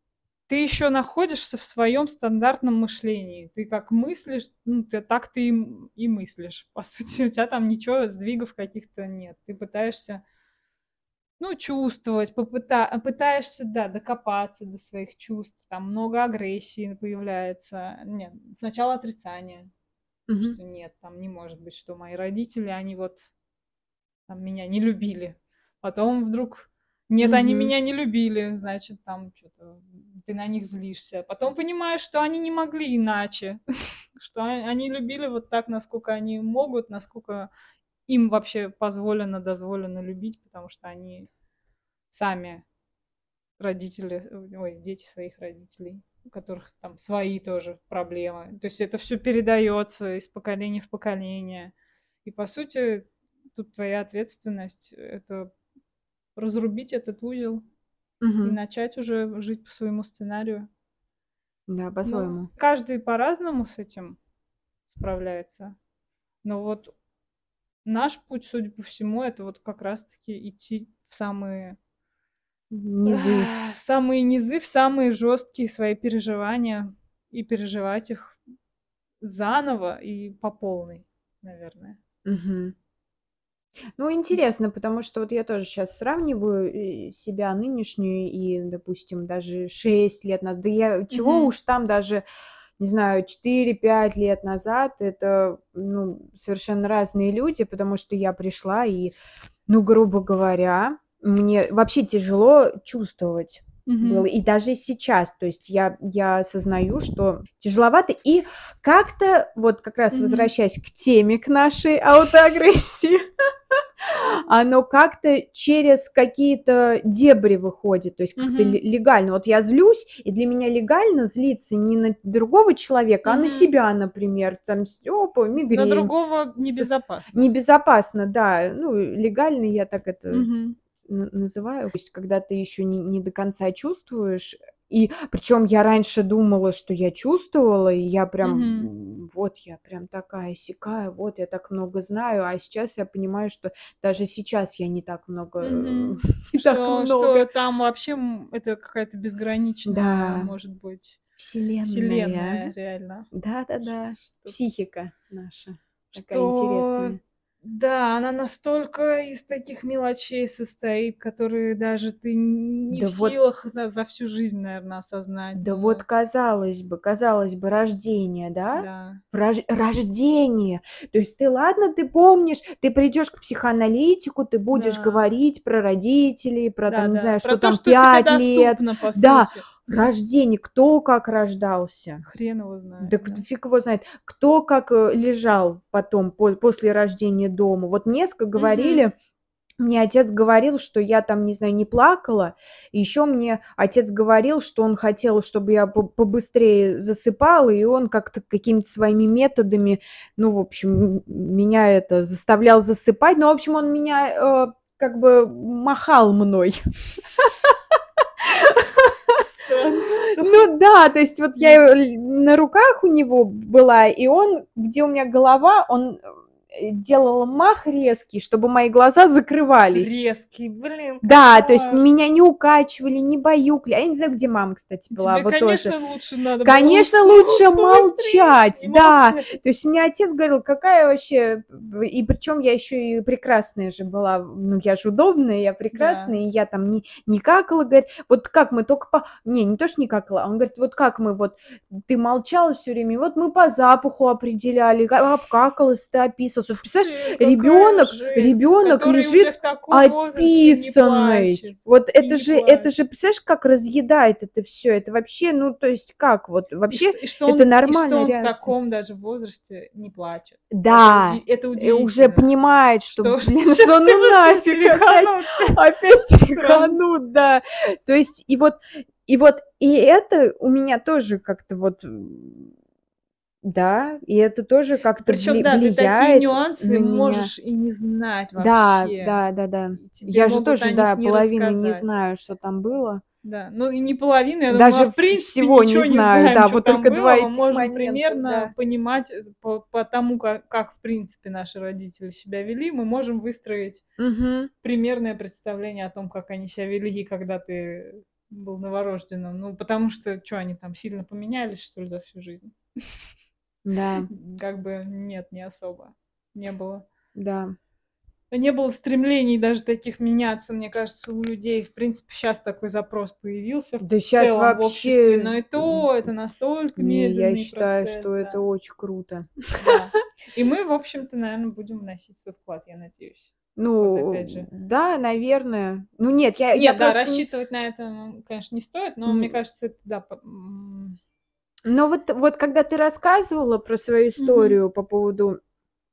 Speaker 1: ты еще находишься в своем стандартном мышлении. Ты как мыслишь, ну, ты, так ты и, м- и мыслишь. По сути, у тебя там ничего, сдвигов каких-то нет. Ты пытаешься, ну, чувствовать, попыта... а пытаешься, да, докопаться до своих чувств. Там много агрессии появляется. Нет, сначала отрицание,
Speaker 2: Мгм.
Speaker 1: что нет, там не может быть, что мои родители, они вот там меня не любили. Потом вдруг нет, они
Speaker 2: Мгм.
Speaker 1: меня не любили, значит, там что-то ты на них злишься. Потом понимаешь, что они не могли иначе, что о- они любили вот так, насколько они могут, насколько им вообще позволено, дозволено любить, потому что они сами родители, ой, дети своих родителей, у которых там свои тоже проблемы. То есть это все передается из поколения в поколение. И по сути, тут твоя ответственность — это разрубить этот узел и
Speaker 2: Мгм.
Speaker 1: начать уже жить по своему сценарию.
Speaker 2: Да,
Speaker 1: Ну,
Speaker 2: по-своему.
Speaker 1: каждый по-разному с этим справляется. Но вот наш путь, судя по всему, это вот как раз-таки идти в самые
Speaker 2: Низы.
Speaker 1: в самые низы, в самые жесткие свои переживания и переживать их заново и по полной, наверное.
Speaker 2: Мгм. Ну, интересно, потому что вот я тоже сейчас сравниваю, э, себя нынешнюю и, допустим, даже шесть лет назад. Да я чего
Speaker 1: Мгм.
Speaker 2: уж там даже, не знаю, четыре-пять лет назад. Это, ну, совершенно разные люди, потому что я пришла и, ну, грубо говоря, мне вообще тяжело чувствовать было.
Speaker 1: Мгм.
Speaker 2: И даже сейчас. То есть я я осознаю, что тяжеловато. И как-то, вот как раз
Speaker 1: Мгм.
Speaker 2: возвращаясь к теме, к нашей аутоагрессии, оно как-то через какие-то дебри выходит, то есть как-то ле-
Speaker 1: Мгм.
Speaker 2: легально. Вот я злюсь, и для меня легально злиться не на другого человека, а на
Speaker 1: Мгм.
Speaker 2: себя, например. Там, с- опа,
Speaker 1: На
Speaker 2: мигрень.
Speaker 1: другого
Speaker 2: С-
Speaker 1: небезопасно.
Speaker 2: Небезопасно, да. Ну, легально я так это
Speaker 1: Мгм.
Speaker 2: н- называю. То есть когда ты еще не, не до конца чувствуешь, и причем я раньше думала, что я чувствовала, и я прям,
Speaker 1: Мгм.
Speaker 2: м, вот я прям такая сякая, вот я так много знаю, а сейчас я понимаю, что даже сейчас я не так много,
Speaker 1: Мгм.
Speaker 2: не так
Speaker 1: Что что
Speaker 2: много.
Speaker 1: там вообще, м, это какая-то безграничная,
Speaker 2: Да,
Speaker 1: может быть,
Speaker 2: вселенная.
Speaker 1: вселенная реально.
Speaker 2: Да-да-да.
Speaker 1: Что
Speaker 2: Психика наша такая
Speaker 1: что
Speaker 2: интересная.
Speaker 1: да, она настолько из таких мелочей состоит, которые даже ты не
Speaker 2: Да
Speaker 1: в
Speaker 2: вот
Speaker 1: силах, да, за всю жизнь, наверное, осознать.
Speaker 2: Да вот,
Speaker 1: Но
Speaker 2: казалось бы, казалось бы, рождение, да?
Speaker 1: да,
Speaker 2: Рож рождение. То есть ты, ладно, ты помнишь, ты придешь к психоаналитику, ты будешь
Speaker 1: да,
Speaker 2: говорить про родителей, про там, не
Speaker 1: да-да.
Speaker 2: знаю,
Speaker 1: Про
Speaker 2: что
Speaker 1: то,
Speaker 2: там
Speaker 1: что тебе
Speaker 2: пять лет.
Speaker 1: доступно, по
Speaker 2: Да,
Speaker 1: сути. Да.
Speaker 2: рождение, кто как рождался.
Speaker 1: Хрен его знает,
Speaker 2: Да кто
Speaker 1: да.
Speaker 2: фиг его знает, кто как, э, лежал потом по после рождения дома. Вот мне ска
Speaker 1: Мгм.
Speaker 2: говорили, мне отец говорил, что я там, не знаю, не плакала. И еще мне отец говорил, что он хотел, чтобы я по побыстрее засыпала, и он как-то какими-то своими методами, ну, в общем, м меня это заставлял засыпать. Ну, в общем, он меня, э, как бы махал мной.
Speaker 1: Странная история.
Speaker 2: Ну да, то есть вот я,
Speaker 1: Ну,
Speaker 2: э, на руках у него была, и он, где у меня голова, он, э, делал мах резкий, чтобы мои глаза закрывались.
Speaker 1: резкий, блин,
Speaker 2: Да, то есть
Speaker 1: кошмар.
Speaker 2: меня не укачивали, не баюкали. А я не знаю, где мама, кстати, была,
Speaker 1: Тебе,
Speaker 2: вот тоже.
Speaker 1: конечно, лучше надо было
Speaker 2: Конечно, лучше
Speaker 1: уснуть побыстрее
Speaker 2: молчать,
Speaker 1: и
Speaker 2: да.
Speaker 1: молчать.
Speaker 2: То есть у меня отец говорил: "Какая вообще". И причем я еще и прекрасная же была. Ну, я же удобная, я прекрасная,
Speaker 1: Да.
Speaker 2: и я там не не какала, говорит. Вот как мы только по не, не то, что не какала, а он говорит: "Вот как мы вот ты молчала все время, и вот мы по запаху определяли, ка обкакалась ты, описалась". Вот представляешь,
Speaker 1: Блин, какая
Speaker 2: ребенок
Speaker 1: жесть.
Speaker 2: ребенок
Speaker 1: Который уже
Speaker 2: лежит
Speaker 1: в таком возрасте не
Speaker 2: описанный.
Speaker 1: плачет.
Speaker 2: Вот
Speaker 1: И
Speaker 2: это
Speaker 1: не
Speaker 2: же это же,
Speaker 1: плачет.
Speaker 2: представляешь, как разъедает это все. Это вообще, ну, то есть как вот?
Speaker 1: И
Speaker 2: Вообще
Speaker 1: что, и что
Speaker 2: это
Speaker 1: он, и что
Speaker 2: нормальная
Speaker 1: он в
Speaker 2: реакция.
Speaker 1: таком даже возрасте не плачет. Это,
Speaker 2: Да,
Speaker 1: уди- это
Speaker 2: э, уже
Speaker 1: удивительно.
Speaker 2: понимает, что,
Speaker 1: Что
Speaker 2: блин,
Speaker 1: сейчас
Speaker 2: что ну
Speaker 1: тебе
Speaker 2: нафиг опять
Speaker 1: переханут.
Speaker 2: опять
Speaker 1: Странно.
Speaker 2: тряханут, да. То есть и вот и вот и это у меня тоже как-то вот, м, да, и это тоже как-то
Speaker 1: Причем,
Speaker 2: вли
Speaker 1: да, ты такие
Speaker 2: влияет
Speaker 1: нюансы
Speaker 2: на меня.
Speaker 1: можешь и не знать
Speaker 2: Да,
Speaker 1: вообще.
Speaker 2: да-да-да.
Speaker 1: И тебе
Speaker 2: Я же
Speaker 1: могут
Speaker 2: тоже,
Speaker 1: о них
Speaker 2: да,
Speaker 1: не
Speaker 2: половины не
Speaker 1: рассказать.
Speaker 2: знаю, что там было.
Speaker 1: Да, ну и не половину, я думаю, мы, а
Speaker 2: Даже
Speaker 1: в
Speaker 2: вс
Speaker 1: принципе
Speaker 2: всего не
Speaker 1: ничего не
Speaker 2: знаю,
Speaker 1: знаем,
Speaker 2: да,
Speaker 1: что
Speaker 2: вот
Speaker 1: там
Speaker 2: только
Speaker 1: было.
Speaker 2: два
Speaker 1: Мы
Speaker 2: этих
Speaker 1: можем
Speaker 2: момента,
Speaker 1: примерно
Speaker 2: да.
Speaker 1: понимать э, по, по тому, как, как, в принципе, наши родители себя вели, мы можем выстроить
Speaker 2: Мгм.
Speaker 1: примерное представление о том, как они себя вели, когда ты был новорожденным. Ну, потому что, что они там сильно поменялись, что ли, за всю жизнь?
Speaker 2: Да,
Speaker 1: Как бы нет, не особо. Не было.
Speaker 2: да.
Speaker 1: Не было стремлений даже таких меняться, мне кажется, у людей. В принципе, сейчас такой запрос появился в
Speaker 2: Да сейчас
Speaker 1: целом в обществе,
Speaker 2: вообще,
Speaker 1: но и
Speaker 2: м,
Speaker 1: то это настолько
Speaker 2: не, я
Speaker 1: медленный
Speaker 2: считаю,
Speaker 1: процесс,
Speaker 2: что это
Speaker 1: да.
Speaker 2: очень круто.
Speaker 1: Да. И мы, в общем-то, наверное, будем вносить свой вклад, я надеюсь. Вот опять
Speaker 2: Ну,
Speaker 1: же.
Speaker 2: да, наверное. Ну нет, я я
Speaker 1: Нет, да,
Speaker 2: просто не
Speaker 1: рассчитывать на это, ну, конечно, не стоит, но мне
Speaker 2: м,
Speaker 1: кажется, это да, по м.
Speaker 2: но вот вот когда ты рассказывала про свою
Speaker 1: Мгм.
Speaker 2: историю по поводу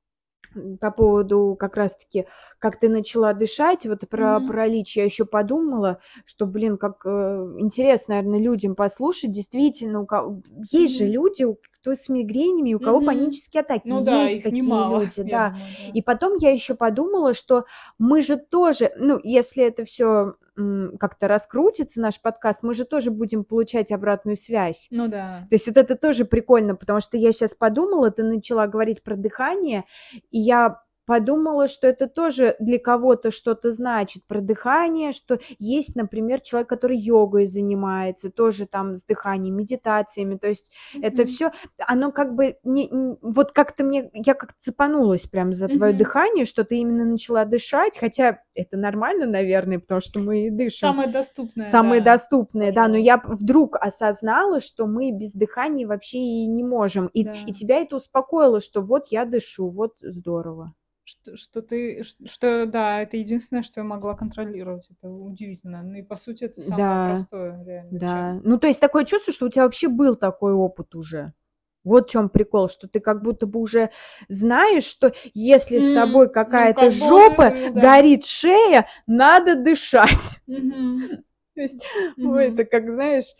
Speaker 2: м, по поводу как раз-таки, как ты начала дышать, вот про
Speaker 1: Мгм.
Speaker 2: паралич, я еще подумала, что, блин, как, э, интересно, наверно, людям послушать. Действительно, у ко есть же
Speaker 1: Мгм.
Speaker 2: люди, у кто с мигренями, у кого
Speaker 1: Мгм.
Speaker 2: панические атаки.
Speaker 1: Ну да,
Speaker 2: Есть
Speaker 1: их
Speaker 2: такие
Speaker 1: немало,
Speaker 2: люди,
Speaker 1: я
Speaker 2: да.
Speaker 1: думаю, да.
Speaker 2: И потом я еще подумала, что мы же тоже, ну, если это все как-то раскрутится, наш подкаст, мы же тоже будем получать обратную связь.
Speaker 1: Ну да.
Speaker 2: То есть вот это тоже прикольно, потому что я сейчас подумала, ты начала говорить про дыхание, и я подумала, что это тоже для кого-то что-то значит про дыхание, что есть, например, человек, который йогой занимается, тоже там с дыханием, медитациями. То есть это
Speaker 1: Мгм.
Speaker 2: все, оно как бы не н вот как-то мне я как цепанулась прям за твое
Speaker 1: Мгм.
Speaker 2: дыхание, что ты именно начала дышать, хотя это нормально, наверное, потому что мы и дышим.
Speaker 1: Самое доступное,
Speaker 2: Самые
Speaker 1: да,
Speaker 2: доступные, да, но
Speaker 1: пожалуй.
Speaker 2: я п вдруг осознала, что мы без дыхания вообще и не можем. И и
Speaker 1: Да.
Speaker 2: тебя это успокоило, что вот я дышу, вот здорово.
Speaker 1: Что что ты ш что да, это единственное, что я могла контролировать. Это удивительно. Ну и по сути это самое
Speaker 2: Да,
Speaker 1: простое реально, чем
Speaker 2: да. Ну, то есть такое чувство, что у тебя вообще был такой опыт уже. Вот в чём прикол, что ты как будто бы уже знаешь, что если с
Speaker 1: М,
Speaker 2: тобой
Speaker 1: ну,
Speaker 2: какая-то
Speaker 1: как бы он и
Speaker 2: жопа,
Speaker 1: был, да.
Speaker 2: горит шея, надо дышать.
Speaker 1: Мгм.
Speaker 2: То есть, ой, это
Speaker 1: Мгм.
Speaker 2: как, знаешь.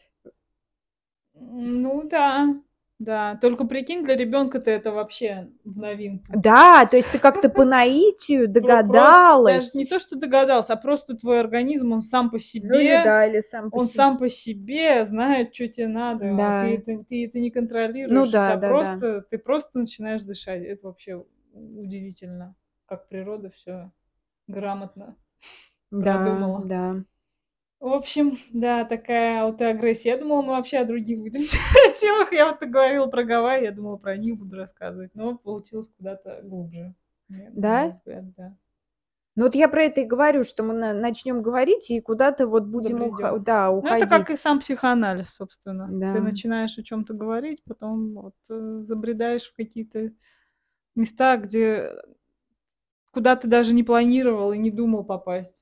Speaker 1: М, ну да, да. Только прикинь, для ребенка-то это вообще в новинку.
Speaker 2: Да, то есть ты как-то по наитию
Speaker 1: Про просто даже
Speaker 2: догадалась.
Speaker 1: не то, что догадался, а просто твой организм, он сам по
Speaker 2: Ну или
Speaker 1: себе
Speaker 2: да, или сам по
Speaker 1: он
Speaker 2: себе.
Speaker 1: сам по себе знает, чё те надо, а ты
Speaker 2: Да.
Speaker 1: это ты это не
Speaker 2: Ну
Speaker 1: контролируешь. У
Speaker 2: да,
Speaker 1: тебя
Speaker 2: да-да.
Speaker 1: просто ты просто начинаешь дышать. Это вообще удивительно, как природа всё грамотно
Speaker 2: Да,
Speaker 1: продумала.
Speaker 2: да.
Speaker 1: В общем, да, такая аутоагрессия. Я думала, мы вообще о других будем темах. Я вот говорила про Гавайи, я думала, про них буду рассказывать, но получилось куда-то глубже, мне на мой
Speaker 2: Да?
Speaker 1: взгляд, да.
Speaker 2: Ну вот я про это и говорю, что мы на начнем говорить и куда-то вот будем уха
Speaker 1: Забредём.
Speaker 2: да,
Speaker 1: Ну, это как и
Speaker 2: уходить.
Speaker 1: сам психоанализ, собственно. Ты
Speaker 2: Да.
Speaker 1: начинаешь о чём-то говорить, потом вот, э, забредаешь в какие-то места, где куда ты даже не планировал и не думал попасть.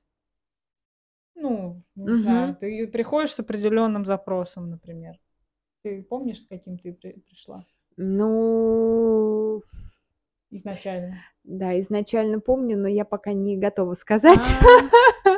Speaker 1: Ну, не
Speaker 2: Мгм.
Speaker 1: знаю, ты приходишь с определённым запросом, например. Ты помнишь, с каким ты при пришла
Speaker 2: Ну
Speaker 1: изначально?
Speaker 2: да, изначально помню, но я пока не готова сказать.
Speaker 1: А.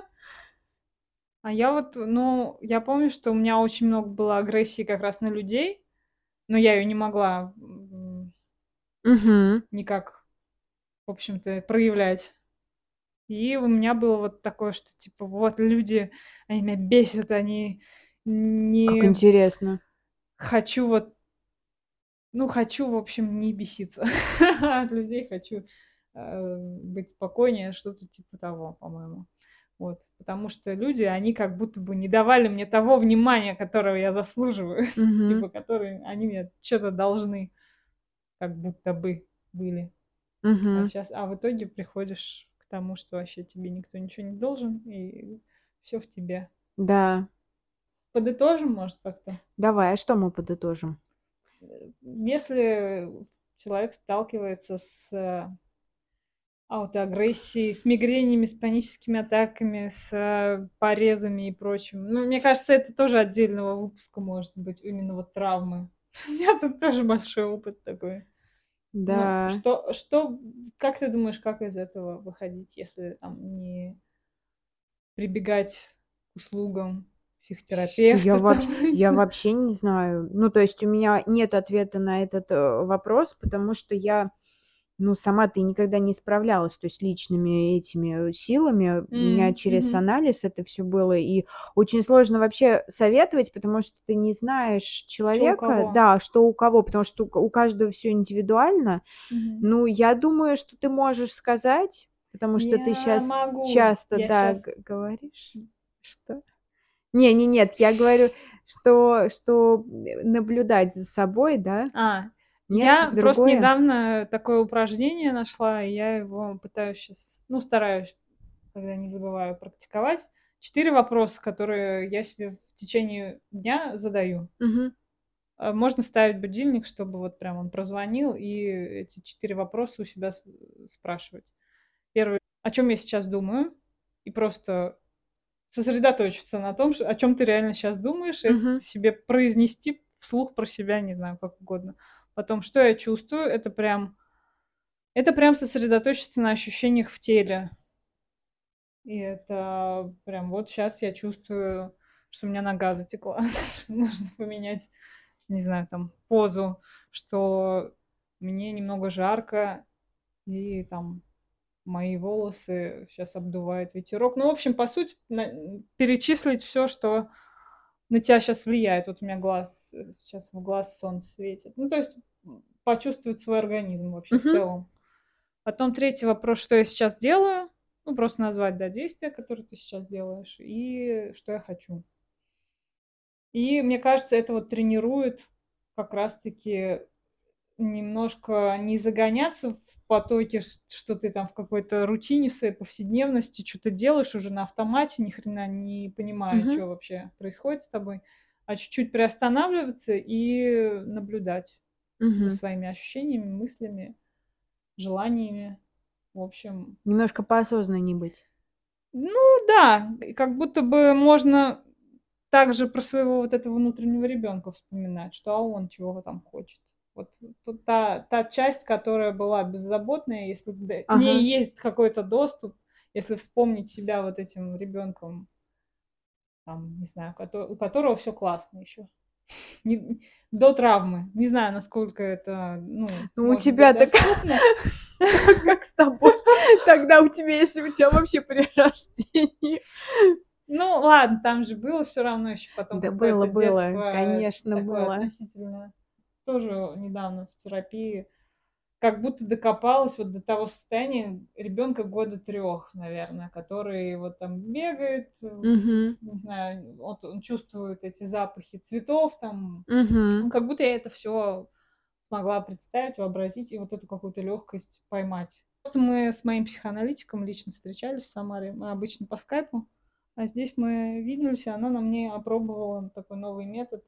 Speaker 1: А я вот, ну, я помню, что у меня очень много было агрессии как раз на людей, но я её не могла, м,
Speaker 2: Мгм.
Speaker 1: никак, в общем-то, проявлять. И у меня было вот такое, что типа вот люди, они меня бесят, они
Speaker 2: Как
Speaker 1: не
Speaker 2: интересно.
Speaker 1: хочу вот ну, хочу, в общем, не беситься от людей, хочу, э, быть спокойнее, что-то типа того, по-моему. Вот. Потому что люди, они как будто бы не давали мне того внимания, которого я заслуживаю,
Speaker 2: Мгм.
Speaker 1: типа, которые они мне чё-то должны, как будто бы были. А
Speaker 2: Мгм.
Speaker 1: щас а в итоге приходишь к тому, что вообще тебе никто ничего не должен, и всё в тебе.
Speaker 2: Да.
Speaker 1: Подытожим, может, как-то?
Speaker 2: Давай, а что мы подытожим?
Speaker 1: Э, если человек сталкивается с аутоагрессией, с мигренями, с паническими атаками, с порезами и прочим. Ну, мне кажется, это тоже отдельного выпуска может быть, именно вот травмы. У меня тут тоже большой опыт такой. Ну,
Speaker 2: Да.
Speaker 1: что что как ты думаешь, как из этого выходить, если там не прибегать к услугам
Speaker 2: Я
Speaker 1: психотерапевта
Speaker 2: вообщ
Speaker 1: там, не
Speaker 2: я
Speaker 1: знаю?
Speaker 2: вообще не знаю. Ну, то есть у меня нет ответа на этот, э, вопрос, потому что я, ну, сама-то и никогда не справлялась, то есть личными этими силами. У меня
Speaker 1: М,
Speaker 2: через
Speaker 1: мгм.
Speaker 2: анализ это всё было, и очень сложно вообще советовать, потому что ты не знаешь
Speaker 1: Чё у
Speaker 2: человека,
Speaker 1: кого?
Speaker 2: да, что у кого, потому что у ка у каждого всё индивидуально.
Speaker 1: Мгм.
Speaker 2: Ну, я думаю, что ты можешь сказать, потому что ты
Speaker 1: Я
Speaker 2: щас
Speaker 1: могу.
Speaker 2: часто,
Speaker 1: Я
Speaker 2: да,
Speaker 1: щас
Speaker 2: г говоришь. Что? Не, не, нет, я говорю, что что э, наблюдать за собой, да?
Speaker 1: А,
Speaker 2: Нет,
Speaker 1: я просто
Speaker 2: другое?
Speaker 1: недавно такое упражнение нашла, и я его пытаюсь сейчас, ну, стараюсь, когда не забываю, практиковать. Четыре вопроса, которые я себе в течение дня задаю.
Speaker 2: Мгм.
Speaker 1: А, можно ставить будильник, чтобы вот прям он прозвонил, и эти четыре вопроса у себя с спрашивать. Первый: "О чём я сейчас думаю?" И просто сосредоточиться на том, ш о чём ты реально щас думаешь, и это
Speaker 2: Мгм.
Speaker 1: себе произнести вслух про себя, не знаю, как угодно. Потом: "Что я чувствую?" Это прям это прям сосредоточиться на ощущениях в теле. И это прям вот щас я чувствую, что у меня нога затекла, что нужно поменять, не знаю, там, позу, что мне немного жарко и там мои волосы щас обдувает ветерок. Ну, в общем, по сути, на перечислить всё, что на тя щас влияет. Вот у меня глаз, э, сейчас в глаз солнце светит. Ну, то есть, м, почувствовать свой организм вообще в
Speaker 2: Мгм.
Speaker 1: целом. Потом третий вопрос: "Что я сейчас делаю?" Ну, просто назвать, да, действия, которые ты сейчас делаешь, и что я хочу. И мне кажется, это вот тренирует как раз-таки немножко не загоняться в потоке, ш что ты там в какой-то рутине своей повседневности чё-то делаешь уже на автомате, ни хрена не понимая,
Speaker 2: Мгм.
Speaker 1: чё вообще происходит с тобой, а чуть-чуть приостанавливаться и наблюдать за
Speaker 2: Мгм.
Speaker 1: своими ощущениями, мыслями, желаниями. В общем
Speaker 2: Немножко поосознаннее быть.
Speaker 1: Ну да, и как будто бы можно также про своего вот этого внутреннего ребёнка вспоминать, что, а он чего там хочет. Вот тут та та часть, которая была беззаботная, если д к ней
Speaker 2: Ага.
Speaker 1: есть какой-то доступ, если вспомнить себя вот этим ребёнком там, не знаю, кото у которого всё классно ещё. Не до травмы. Не знаю, насколько это, ну,
Speaker 2: Ну, у
Speaker 1: может быть
Speaker 2: тебя так
Speaker 1: доступно.
Speaker 2: как как с тобой тогда у тебя, если у тя вообще при рождении?
Speaker 1: Ну ладно, там же было всё равно ещё потом
Speaker 2: Да было,
Speaker 1: какое-то
Speaker 2: было,
Speaker 1: детство
Speaker 2: конечно,
Speaker 1: такое
Speaker 2: было.
Speaker 1: относительно. Тоже недавно в терапии как будто докопалась вот до того состояния ребёнка года трёх, наверно, который вот там бегает, э,
Speaker 2: Мгм.
Speaker 1: не знаю, вот он чувствует эти запахи цветов там.
Speaker 2: Мгм.
Speaker 1: Ну, как будто я это всё смогла представить, вообразить и вот эту какую-то лёгкость поймать. Просто мы с моим психоаналитиком лично встречались в Самаре. Мы обычно по скайпу, а здесь мы виделись, и она на мне опробовала такой новый метод.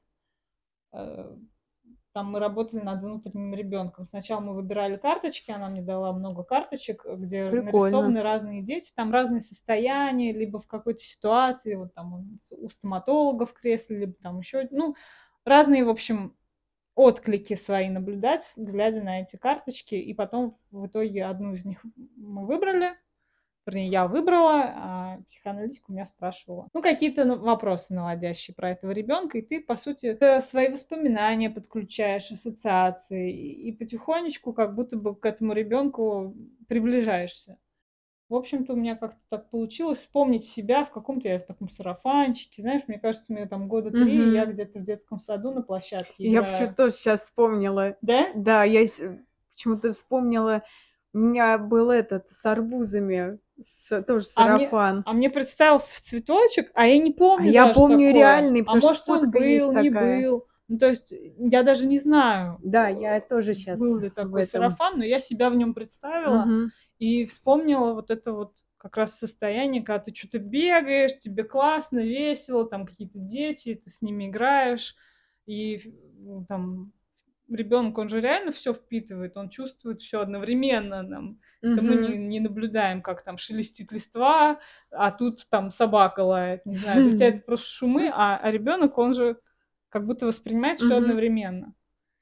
Speaker 1: Э, там мы работали над внутренним ребёнком. Сначала мы выбирали карточки, она мне дала много карточек, э, где
Speaker 2: Прикольно.
Speaker 1: нарисованы разные дети, там разные состояния, либо в какой-то ситуации, вот там он у стоматолога в кресле, либо там ещё, ну, разные, в общем, отклики свои наблюдать, глядя на эти карточки. И потом в итоге одну из них м мы выбрали, вернее, я выбрала, а психоаналитик у меня спрашивала, ну, какие-то н вопросы наводящие про этого ребёнка. И ты, по сути, э, свои воспоминания подключаешь, ассоциации, и потихонечку как будто бы к этому ребёнку приближаешься. В общем-то, у меня как-то так получилось вспомнить себя в каком-то я в таком сарафанчике. Знаешь, мне кажется, мне там года три, и я
Speaker 2: Мгм.
Speaker 1: где-то в детском саду на площадке
Speaker 2: Я почему-то
Speaker 1: играю.
Speaker 2: тоже щас вспомнила.
Speaker 1: Да?
Speaker 2: Да, я с почему-то вспомнила, у меня был этот с арбузами, с тоже
Speaker 1: А мне
Speaker 2: сарафан.
Speaker 1: а мне представился в цветочек, а я не
Speaker 2: А
Speaker 1: помню
Speaker 2: я
Speaker 1: даже
Speaker 2: помню
Speaker 1: такое.
Speaker 2: реальный,
Speaker 1: А
Speaker 2: потому что
Speaker 1: может, он
Speaker 2: фотка есть
Speaker 1: был, не
Speaker 2: такая.
Speaker 1: был. Ну, то есть, э, я даже не знаю,
Speaker 2: Да, я
Speaker 1: э,
Speaker 2: тоже щас
Speaker 1: был ли
Speaker 2: в
Speaker 1: такой
Speaker 2: этом.
Speaker 1: сарафан, но я себя в нём представила
Speaker 2: Мгм.
Speaker 1: и вспомнила вот это вот как раз состояние, когда ты чё-то бегаешь, тебе классно, весело, там какие-то дети, ты с ними играешь. И ф ну, там ребёнок, он же реально всё впитывает, он чувствует всё одновременно нам. Это мы не
Speaker 2: Мгм.
Speaker 1: не наблюдаем, как там шелестит листва, а тут там собака лает, не знаю. Для тя это просто шумы, а а ребёнок, он же как будто воспринимает всё
Speaker 2: Мгм.
Speaker 1: одновременно.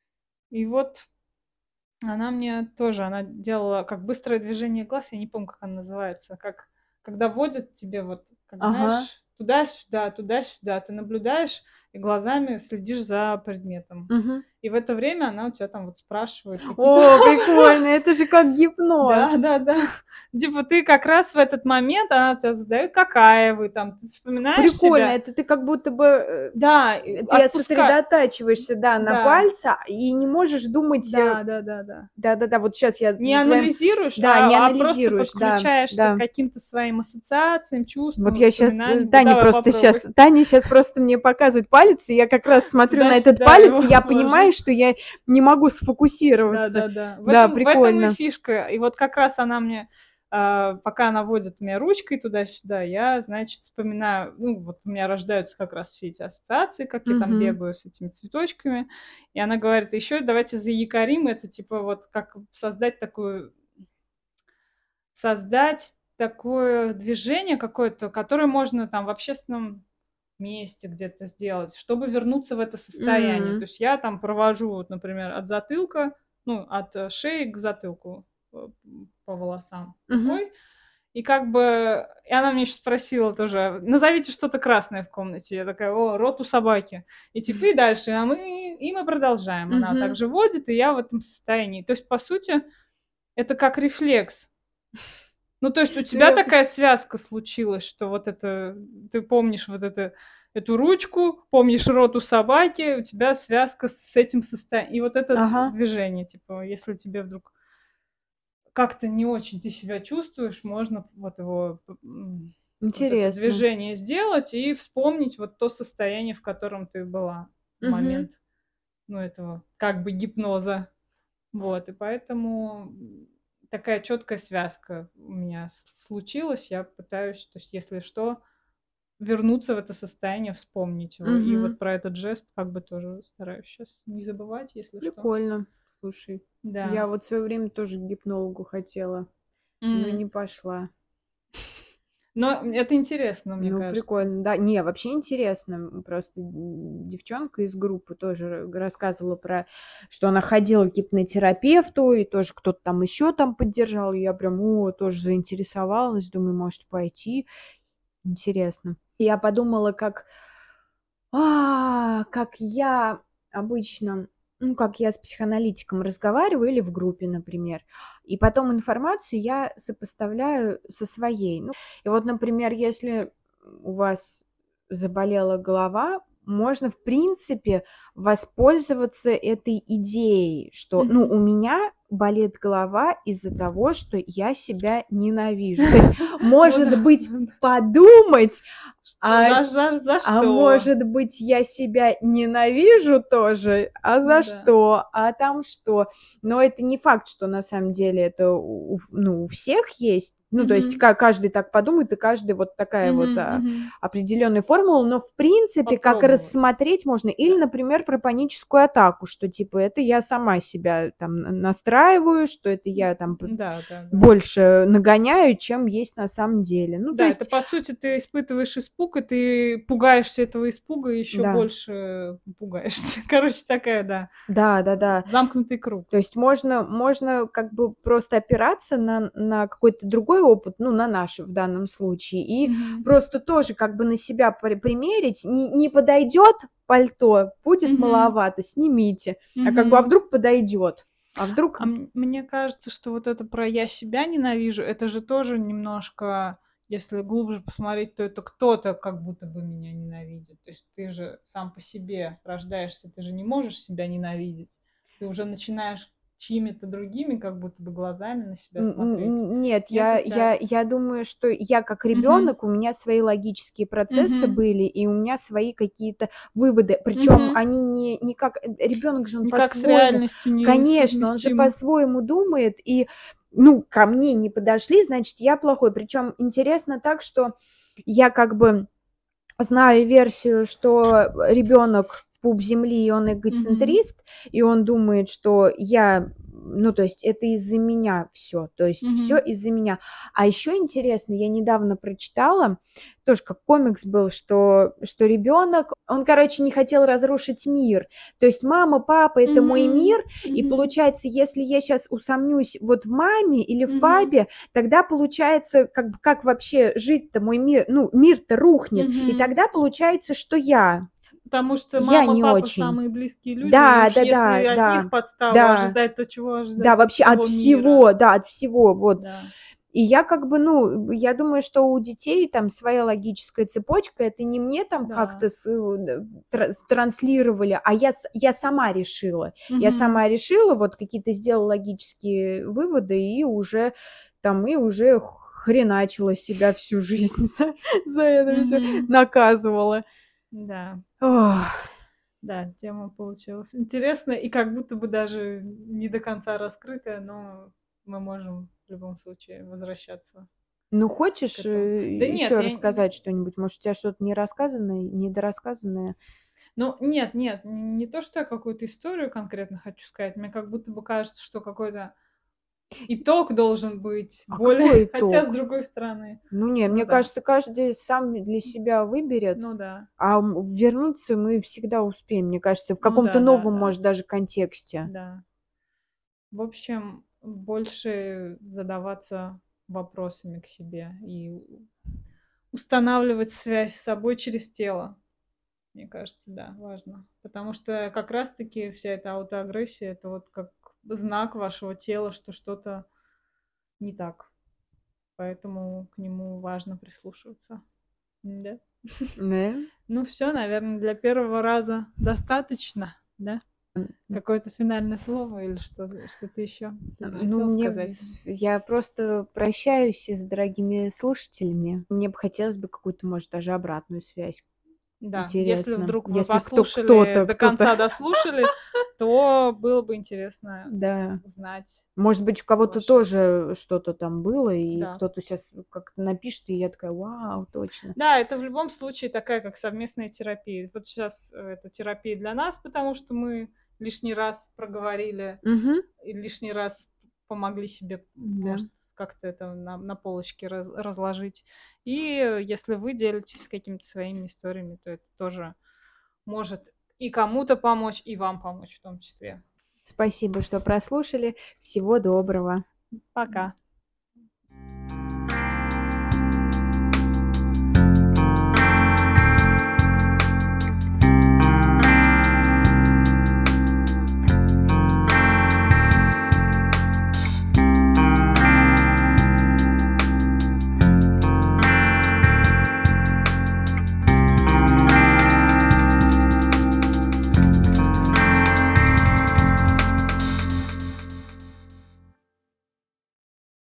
Speaker 1: И вот она мне тоже, она делала как быстрое движение глаз, я не помню, как оно называется, как когда водят тебе вот, как
Speaker 2: Ага.
Speaker 1: знаешь, туда-сюда, туда-сюда, ты наблюдаешь и глазами следишь за предметом.
Speaker 2: Мгм.
Speaker 1: И в это время она у тя там вот спрашивает какие-то
Speaker 2: О, прикольно,
Speaker 1: вопросы.
Speaker 2: это же как
Speaker 1: Да,
Speaker 2: гипноз.
Speaker 1: да-да. Типа ты как раз в этот момент, она у тя задаёт: "Какая вы там?" Ты вспоминаешь
Speaker 2: Прикольно,
Speaker 1: себя
Speaker 2: это ты как будто бы, э,
Speaker 1: Да, и
Speaker 2: ты
Speaker 1: отпуска
Speaker 2: сосредотачиваешься, да, на
Speaker 1: Да.
Speaker 2: пальце и не можешь думать, э
Speaker 1: Да, да-да-да.
Speaker 2: Да-да-да, вот щас я
Speaker 1: Не
Speaker 2: за твоим
Speaker 1: анализируешь,
Speaker 2: да, не
Speaker 1: а а просто
Speaker 2: анализируешь, да,
Speaker 1: подключаешься к
Speaker 2: да.
Speaker 1: каким-то своим ассоциациям, чувствам,
Speaker 2: Вот я щас, э,
Speaker 1: воспоминаниям,
Speaker 2: да,
Speaker 1: вот давай,
Speaker 2: просто
Speaker 1: попробуй.
Speaker 2: сейчас, Таня сейчас просто мне показывает палец, и я как раз смотрю на этот
Speaker 1: Туда-сюда
Speaker 2: палец,
Speaker 1: его
Speaker 2: и я понимаю,
Speaker 1: ложи.
Speaker 2: что я не могу сфокусироваться.
Speaker 1: Да-да-да. В
Speaker 2: Да,
Speaker 1: этом, в этом и
Speaker 2: прикольно.
Speaker 1: фишка. И вот как раз она мне, а, пока она водит меня ручкой туда-сюда, я, значит, вспоминаю, ну, вот у меня рождаются как раз все эти ассоциации, как я там
Speaker 2: Мгм.
Speaker 1: бегаю с этими цветочками. И она говорит, еще давайте заякорим это, типа вот как создать такую, создать такое движение какое-то, которое можно там в общественном месте где-то сделать, чтобы вернуться в это состояние. То
Speaker 2: М.
Speaker 1: есть я там провожу, вот, например, от затылка, ну, от э, шеи к затылку э, по волосам
Speaker 2: Мгм.
Speaker 1: рукой. И как бы... И она меня еще спросила тоже, назовите что-то красное в комнате. Я такая, о, рот у собаки. И типа и дальше. А мы, и мы продолжаем. Она
Speaker 2: Мгм.
Speaker 1: также водит, и я в этом состоянии. То есть, по сути, это как рефлекс. Ну, то есть у
Speaker 2: Ну,
Speaker 1: тебя
Speaker 2: я п
Speaker 1: такая связка случилась, что вот это ты помнишь вот это эту ручку, помнишь рот у собаки, у тебя связка с этим состоянием. И вот это
Speaker 2: Ага.
Speaker 1: движение, типа, если тебе вдруг как-то не очень ты себя чувствуешь, можно вот его, м, вот это
Speaker 2: Интересно.
Speaker 1: движение сделать и вспомнить вот то состояние, в котором ты была в
Speaker 2: Мгм.
Speaker 1: момент, ну, этого как бы гипноза. Вот, и поэтому м, такая четкая связка у меня с- случилась. Я пытаюсь, то есть, если что, вернуться в это состояние, вспомнить его. И
Speaker 2: Мгм.
Speaker 1: вот про этот жест как бы тоже стараюсь сейчас не забывать, если что.
Speaker 2: Прикольно. Слушай, я
Speaker 1: Да.
Speaker 2: вот в своё время тоже к гипнологу хотела, но
Speaker 1: М.
Speaker 2: не пошла.
Speaker 1: Но это интересно, мне
Speaker 2: Ну,
Speaker 1: кажется.
Speaker 2: прикольно, да. Не, вообще интересно. М, просто, м, девчонка из группы тоже г рассказывала про, что она ходила к гипнотерапевту, и тоже кто-то там еще там поддержал. И я прям, о, тоже заинтересовалась, думаю, может пойти. Интересно. Я подумала, как, а, как я обычно, ну, как я с психоаналитиком разговариваю или в группе, например, и потом информацию я сопоставляю со своей. Ну, и вот, например, если у вас заболела голова, можно, в принципе, воспользоваться этой идеей, что, ну,
Speaker 1: Мгм.
Speaker 2: у меня болит голова из-за того, что я себя ненавижу. То есть,
Speaker 1: Ну
Speaker 2: может
Speaker 1: да,
Speaker 2: быть,
Speaker 1: да, да.
Speaker 2: подумать,
Speaker 1: Что
Speaker 2: а
Speaker 1: за за за
Speaker 2: а
Speaker 1: что?
Speaker 2: может быть, я себя ненавижу тоже? А
Speaker 1: Ну
Speaker 2: за
Speaker 1: да.
Speaker 2: что? А там что? Но это не факт, что на самом деле это у, у в- ну, у всех есть. Ну, то есть
Speaker 1: Мгм.
Speaker 2: ка- каждый так подумает, и каждый вот такая вот
Speaker 1: Мгм,
Speaker 2: а,
Speaker 1: мгм.
Speaker 2: определенная формула. Но в принципе, как
Speaker 1: Попробовать.
Speaker 2: рассмотреть можно. Или,
Speaker 1: Да.
Speaker 2: например, про паническую атаку, что типа это я сама себя там на- настраиваю, что это я там п-
Speaker 1: Да, да, да.
Speaker 2: больше нагоняю, чем есть на самом деле. Ну, то
Speaker 1: Да, это
Speaker 2: есть,
Speaker 1: по сути ты испытываешь испуг, и ты пугаешься этого испуга, и еще
Speaker 2: да,
Speaker 1: больше пугаешься. Короче, такая, да,
Speaker 2: да, да,
Speaker 1: з
Speaker 2: да.
Speaker 1: замкнутый круг.
Speaker 2: То есть можно можно как бы просто опираться на на какой-то другой опыт, ну, на наш в данном случае, и
Speaker 1: Мгм.
Speaker 2: просто тоже как бы на себя при примерить. Не не подойдет пальто, будет
Speaker 1: Мгм.
Speaker 2: маловато, снимите. А как бы, а
Speaker 1: Мгм.
Speaker 2: вдруг подойдет? А вдруг
Speaker 1: А м мне кажется, что вот это про "я себя ненавижу", это же тоже немножко, если глубже посмотреть, то это кто-то как будто бы меня ненавидит. То есть ты же сам по себе рождаешься, ты же не можешь себя ненавидеть. Ты уже начинаешь чьими-то другими как будто бы глазами на себя
Speaker 2: Н
Speaker 1: смотреть.
Speaker 2: н нет,
Speaker 1: Нет
Speaker 2: я
Speaker 1: у тебя.
Speaker 2: я я думаю, что я как
Speaker 1: Мгм.
Speaker 2: ребенок, у меня свои логические процессы
Speaker 1: Мгм.
Speaker 2: были, и у меня свои какие-то выводы. Причем
Speaker 1: Мгм.
Speaker 2: они не не как э, ребенок же, он
Speaker 1: Никак с
Speaker 2: по-своему,
Speaker 1: реальностью не
Speaker 2: конечно, он же
Speaker 1: совместимы.
Speaker 2: по-своему думает, и, ну, ко мне не подошли, значит, я плохой. Причем интересно так, что я как бы знаю версию, что ребенок пуп земли, и он
Speaker 1: Мгм.
Speaker 2: эгоцентрист, и он думает, что я, ну, то есть это из-за меня все, то есть все
Speaker 1: Мгм.
Speaker 2: из-за меня. А еще интересно, я недавно прочитала, тоже как комикс был, что что ребенок, он, короче, не хотел разрушить мир. То есть мама, папа — это мой
Speaker 1: Мгм.
Speaker 2: мир, и
Speaker 1: Мгм.
Speaker 2: получается, если я сейчас усомнюсь вот в маме или в
Speaker 1: Мгм.
Speaker 2: папе, тогда получается, как бы, как вообще жить-то мой мир, ну, мир-то рухнет. И
Speaker 1: Мгм.
Speaker 2: тогда получается, что я,
Speaker 1: Потому что
Speaker 2: я
Speaker 1: мама,
Speaker 2: не
Speaker 1: папа
Speaker 2: очень.
Speaker 1: самые близкие люди, и
Speaker 2: Да,
Speaker 1: уж если
Speaker 2: да-да,
Speaker 1: от них
Speaker 2: да,
Speaker 1: подставу
Speaker 2: да,
Speaker 1: ожидать, то чего
Speaker 2: да,
Speaker 1: ожидать от
Speaker 2: вообще от
Speaker 1: всего мира?
Speaker 2: всего, да, от всего, вот.
Speaker 1: Да.
Speaker 2: И я как бы, ну, я думаю, что у детей там своя логическая цепочка. Это не мне там
Speaker 1: Да.
Speaker 2: как-то с э, д тра транслировали, а я с я сама решила. Я
Speaker 1: Мгм.
Speaker 2: сама решила, вот какие-то сделала логические выводы, и уже там, и уже хреначила себя всю жизнь за, за это все,
Speaker 1: Мгм.
Speaker 2: наказывала.
Speaker 1: Да,
Speaker 2: Ох,
Speaker 1: да, тема получилась интересная и как будто бы даже не до конца раскрытая, но мы можем в любом случае возвращаться
Speaker 2: ну,
Speaker 1: к
Speaker 2: хочешь
Speaker 1: этому. Да нет,
Speaker 2: еще
Speaker 1: я н
Speaker 2: рассказать что-нибудь? Может, у тебя что-то нерассказанное, недорассказанное?
Speaker 1: ну, нет, нет, не то, что я какую-то историю конкретно хочу сказать. Мне как будто бы кажется, что какой-то итог должен быть
Speaker 2: А
Speaker 1: более
Speaker 2: какой
Speaker 1: хотя, с
Speaker 2: итог?
Speaker 1: другой стороны,
Speaker 2: Ну не,
Speaker 1: ну
Speaker 2: мне
Speaker 1: да,
Speaker 2: кажется, каждый сам для себя выберет,
Speaker 1: ну да,
Speaker 2: а м, вернуться мы всегда успеем, мне кажется, в
Speaker 1: ну
Speaker 2: каком-то
Speaker 1: да, да,
Speaker 2: новом,
Speaker 1: да,
Speaker 2: может, даже контексте.
Speaker 1: да. В общем, больше задаваться вопросами к себе и у устанавливать связь с собой через тело. Мне кажется, да, важно. Потому что как раз таки вся эта аутоагрессия- это вот как знак вашего тела, что что-то не так. Поэтому к нему важно прислушиваться. Да.
Speaker 2: Да?
Speaker 1: Ну всё, наверно, для первого раза достаточно, да?
Speaker 2: М, м.
Speaker 1: Какое-то финальное слово или что что-то ещё ты бы
Speaker 2: Ну,
Speaker 1: хотел
Speaker 2: мне в
Speaker 1: сказать?
Speaker 2: я просто прощаюсь с дорогими слушателями. Мне бы хотелось бы какую-то, может, даже обратную связь.
Speaker 1: Да, если
Speaker 2: Интересно,
Speaker 1: вдруг вы
Speaker 2: если кто
Speaker 1: послушали,
Speaker 2: кто-то
Speaker 1: до
Speaker 2: кто-то
Speaker 1: конца дослушали, то было бы интересно
Speaker 2: да.
Speaker 1: узнать
Speaker 2: Может быть, у кого-то
Speaker 1: ваши
Speaker 2: тоже что-то там было, и
Speaker 1: Да.
Speaker 2: кто-то сейчас как-то напишет, и я такая: "Вау, точно".
Speaker 1: Да, это в любом случае такая, как совместная терапия. Вот щас это терапия для нас, потому что мы лишний раз проговорили
Speaker 2: Мгм.
Speaker 1: и лишний раз помогли себе,
Speaker 2: Да.
Speaker 1: может, как-то это на на полочке раз разложить. И если вы делитесь какими-то своими историями, то это тоже может и кому-то помочь, и вам помочь в том числе.
Speaker 2: Спасибо, что прослушали. Всего доброго.
Speaker 1: Пока.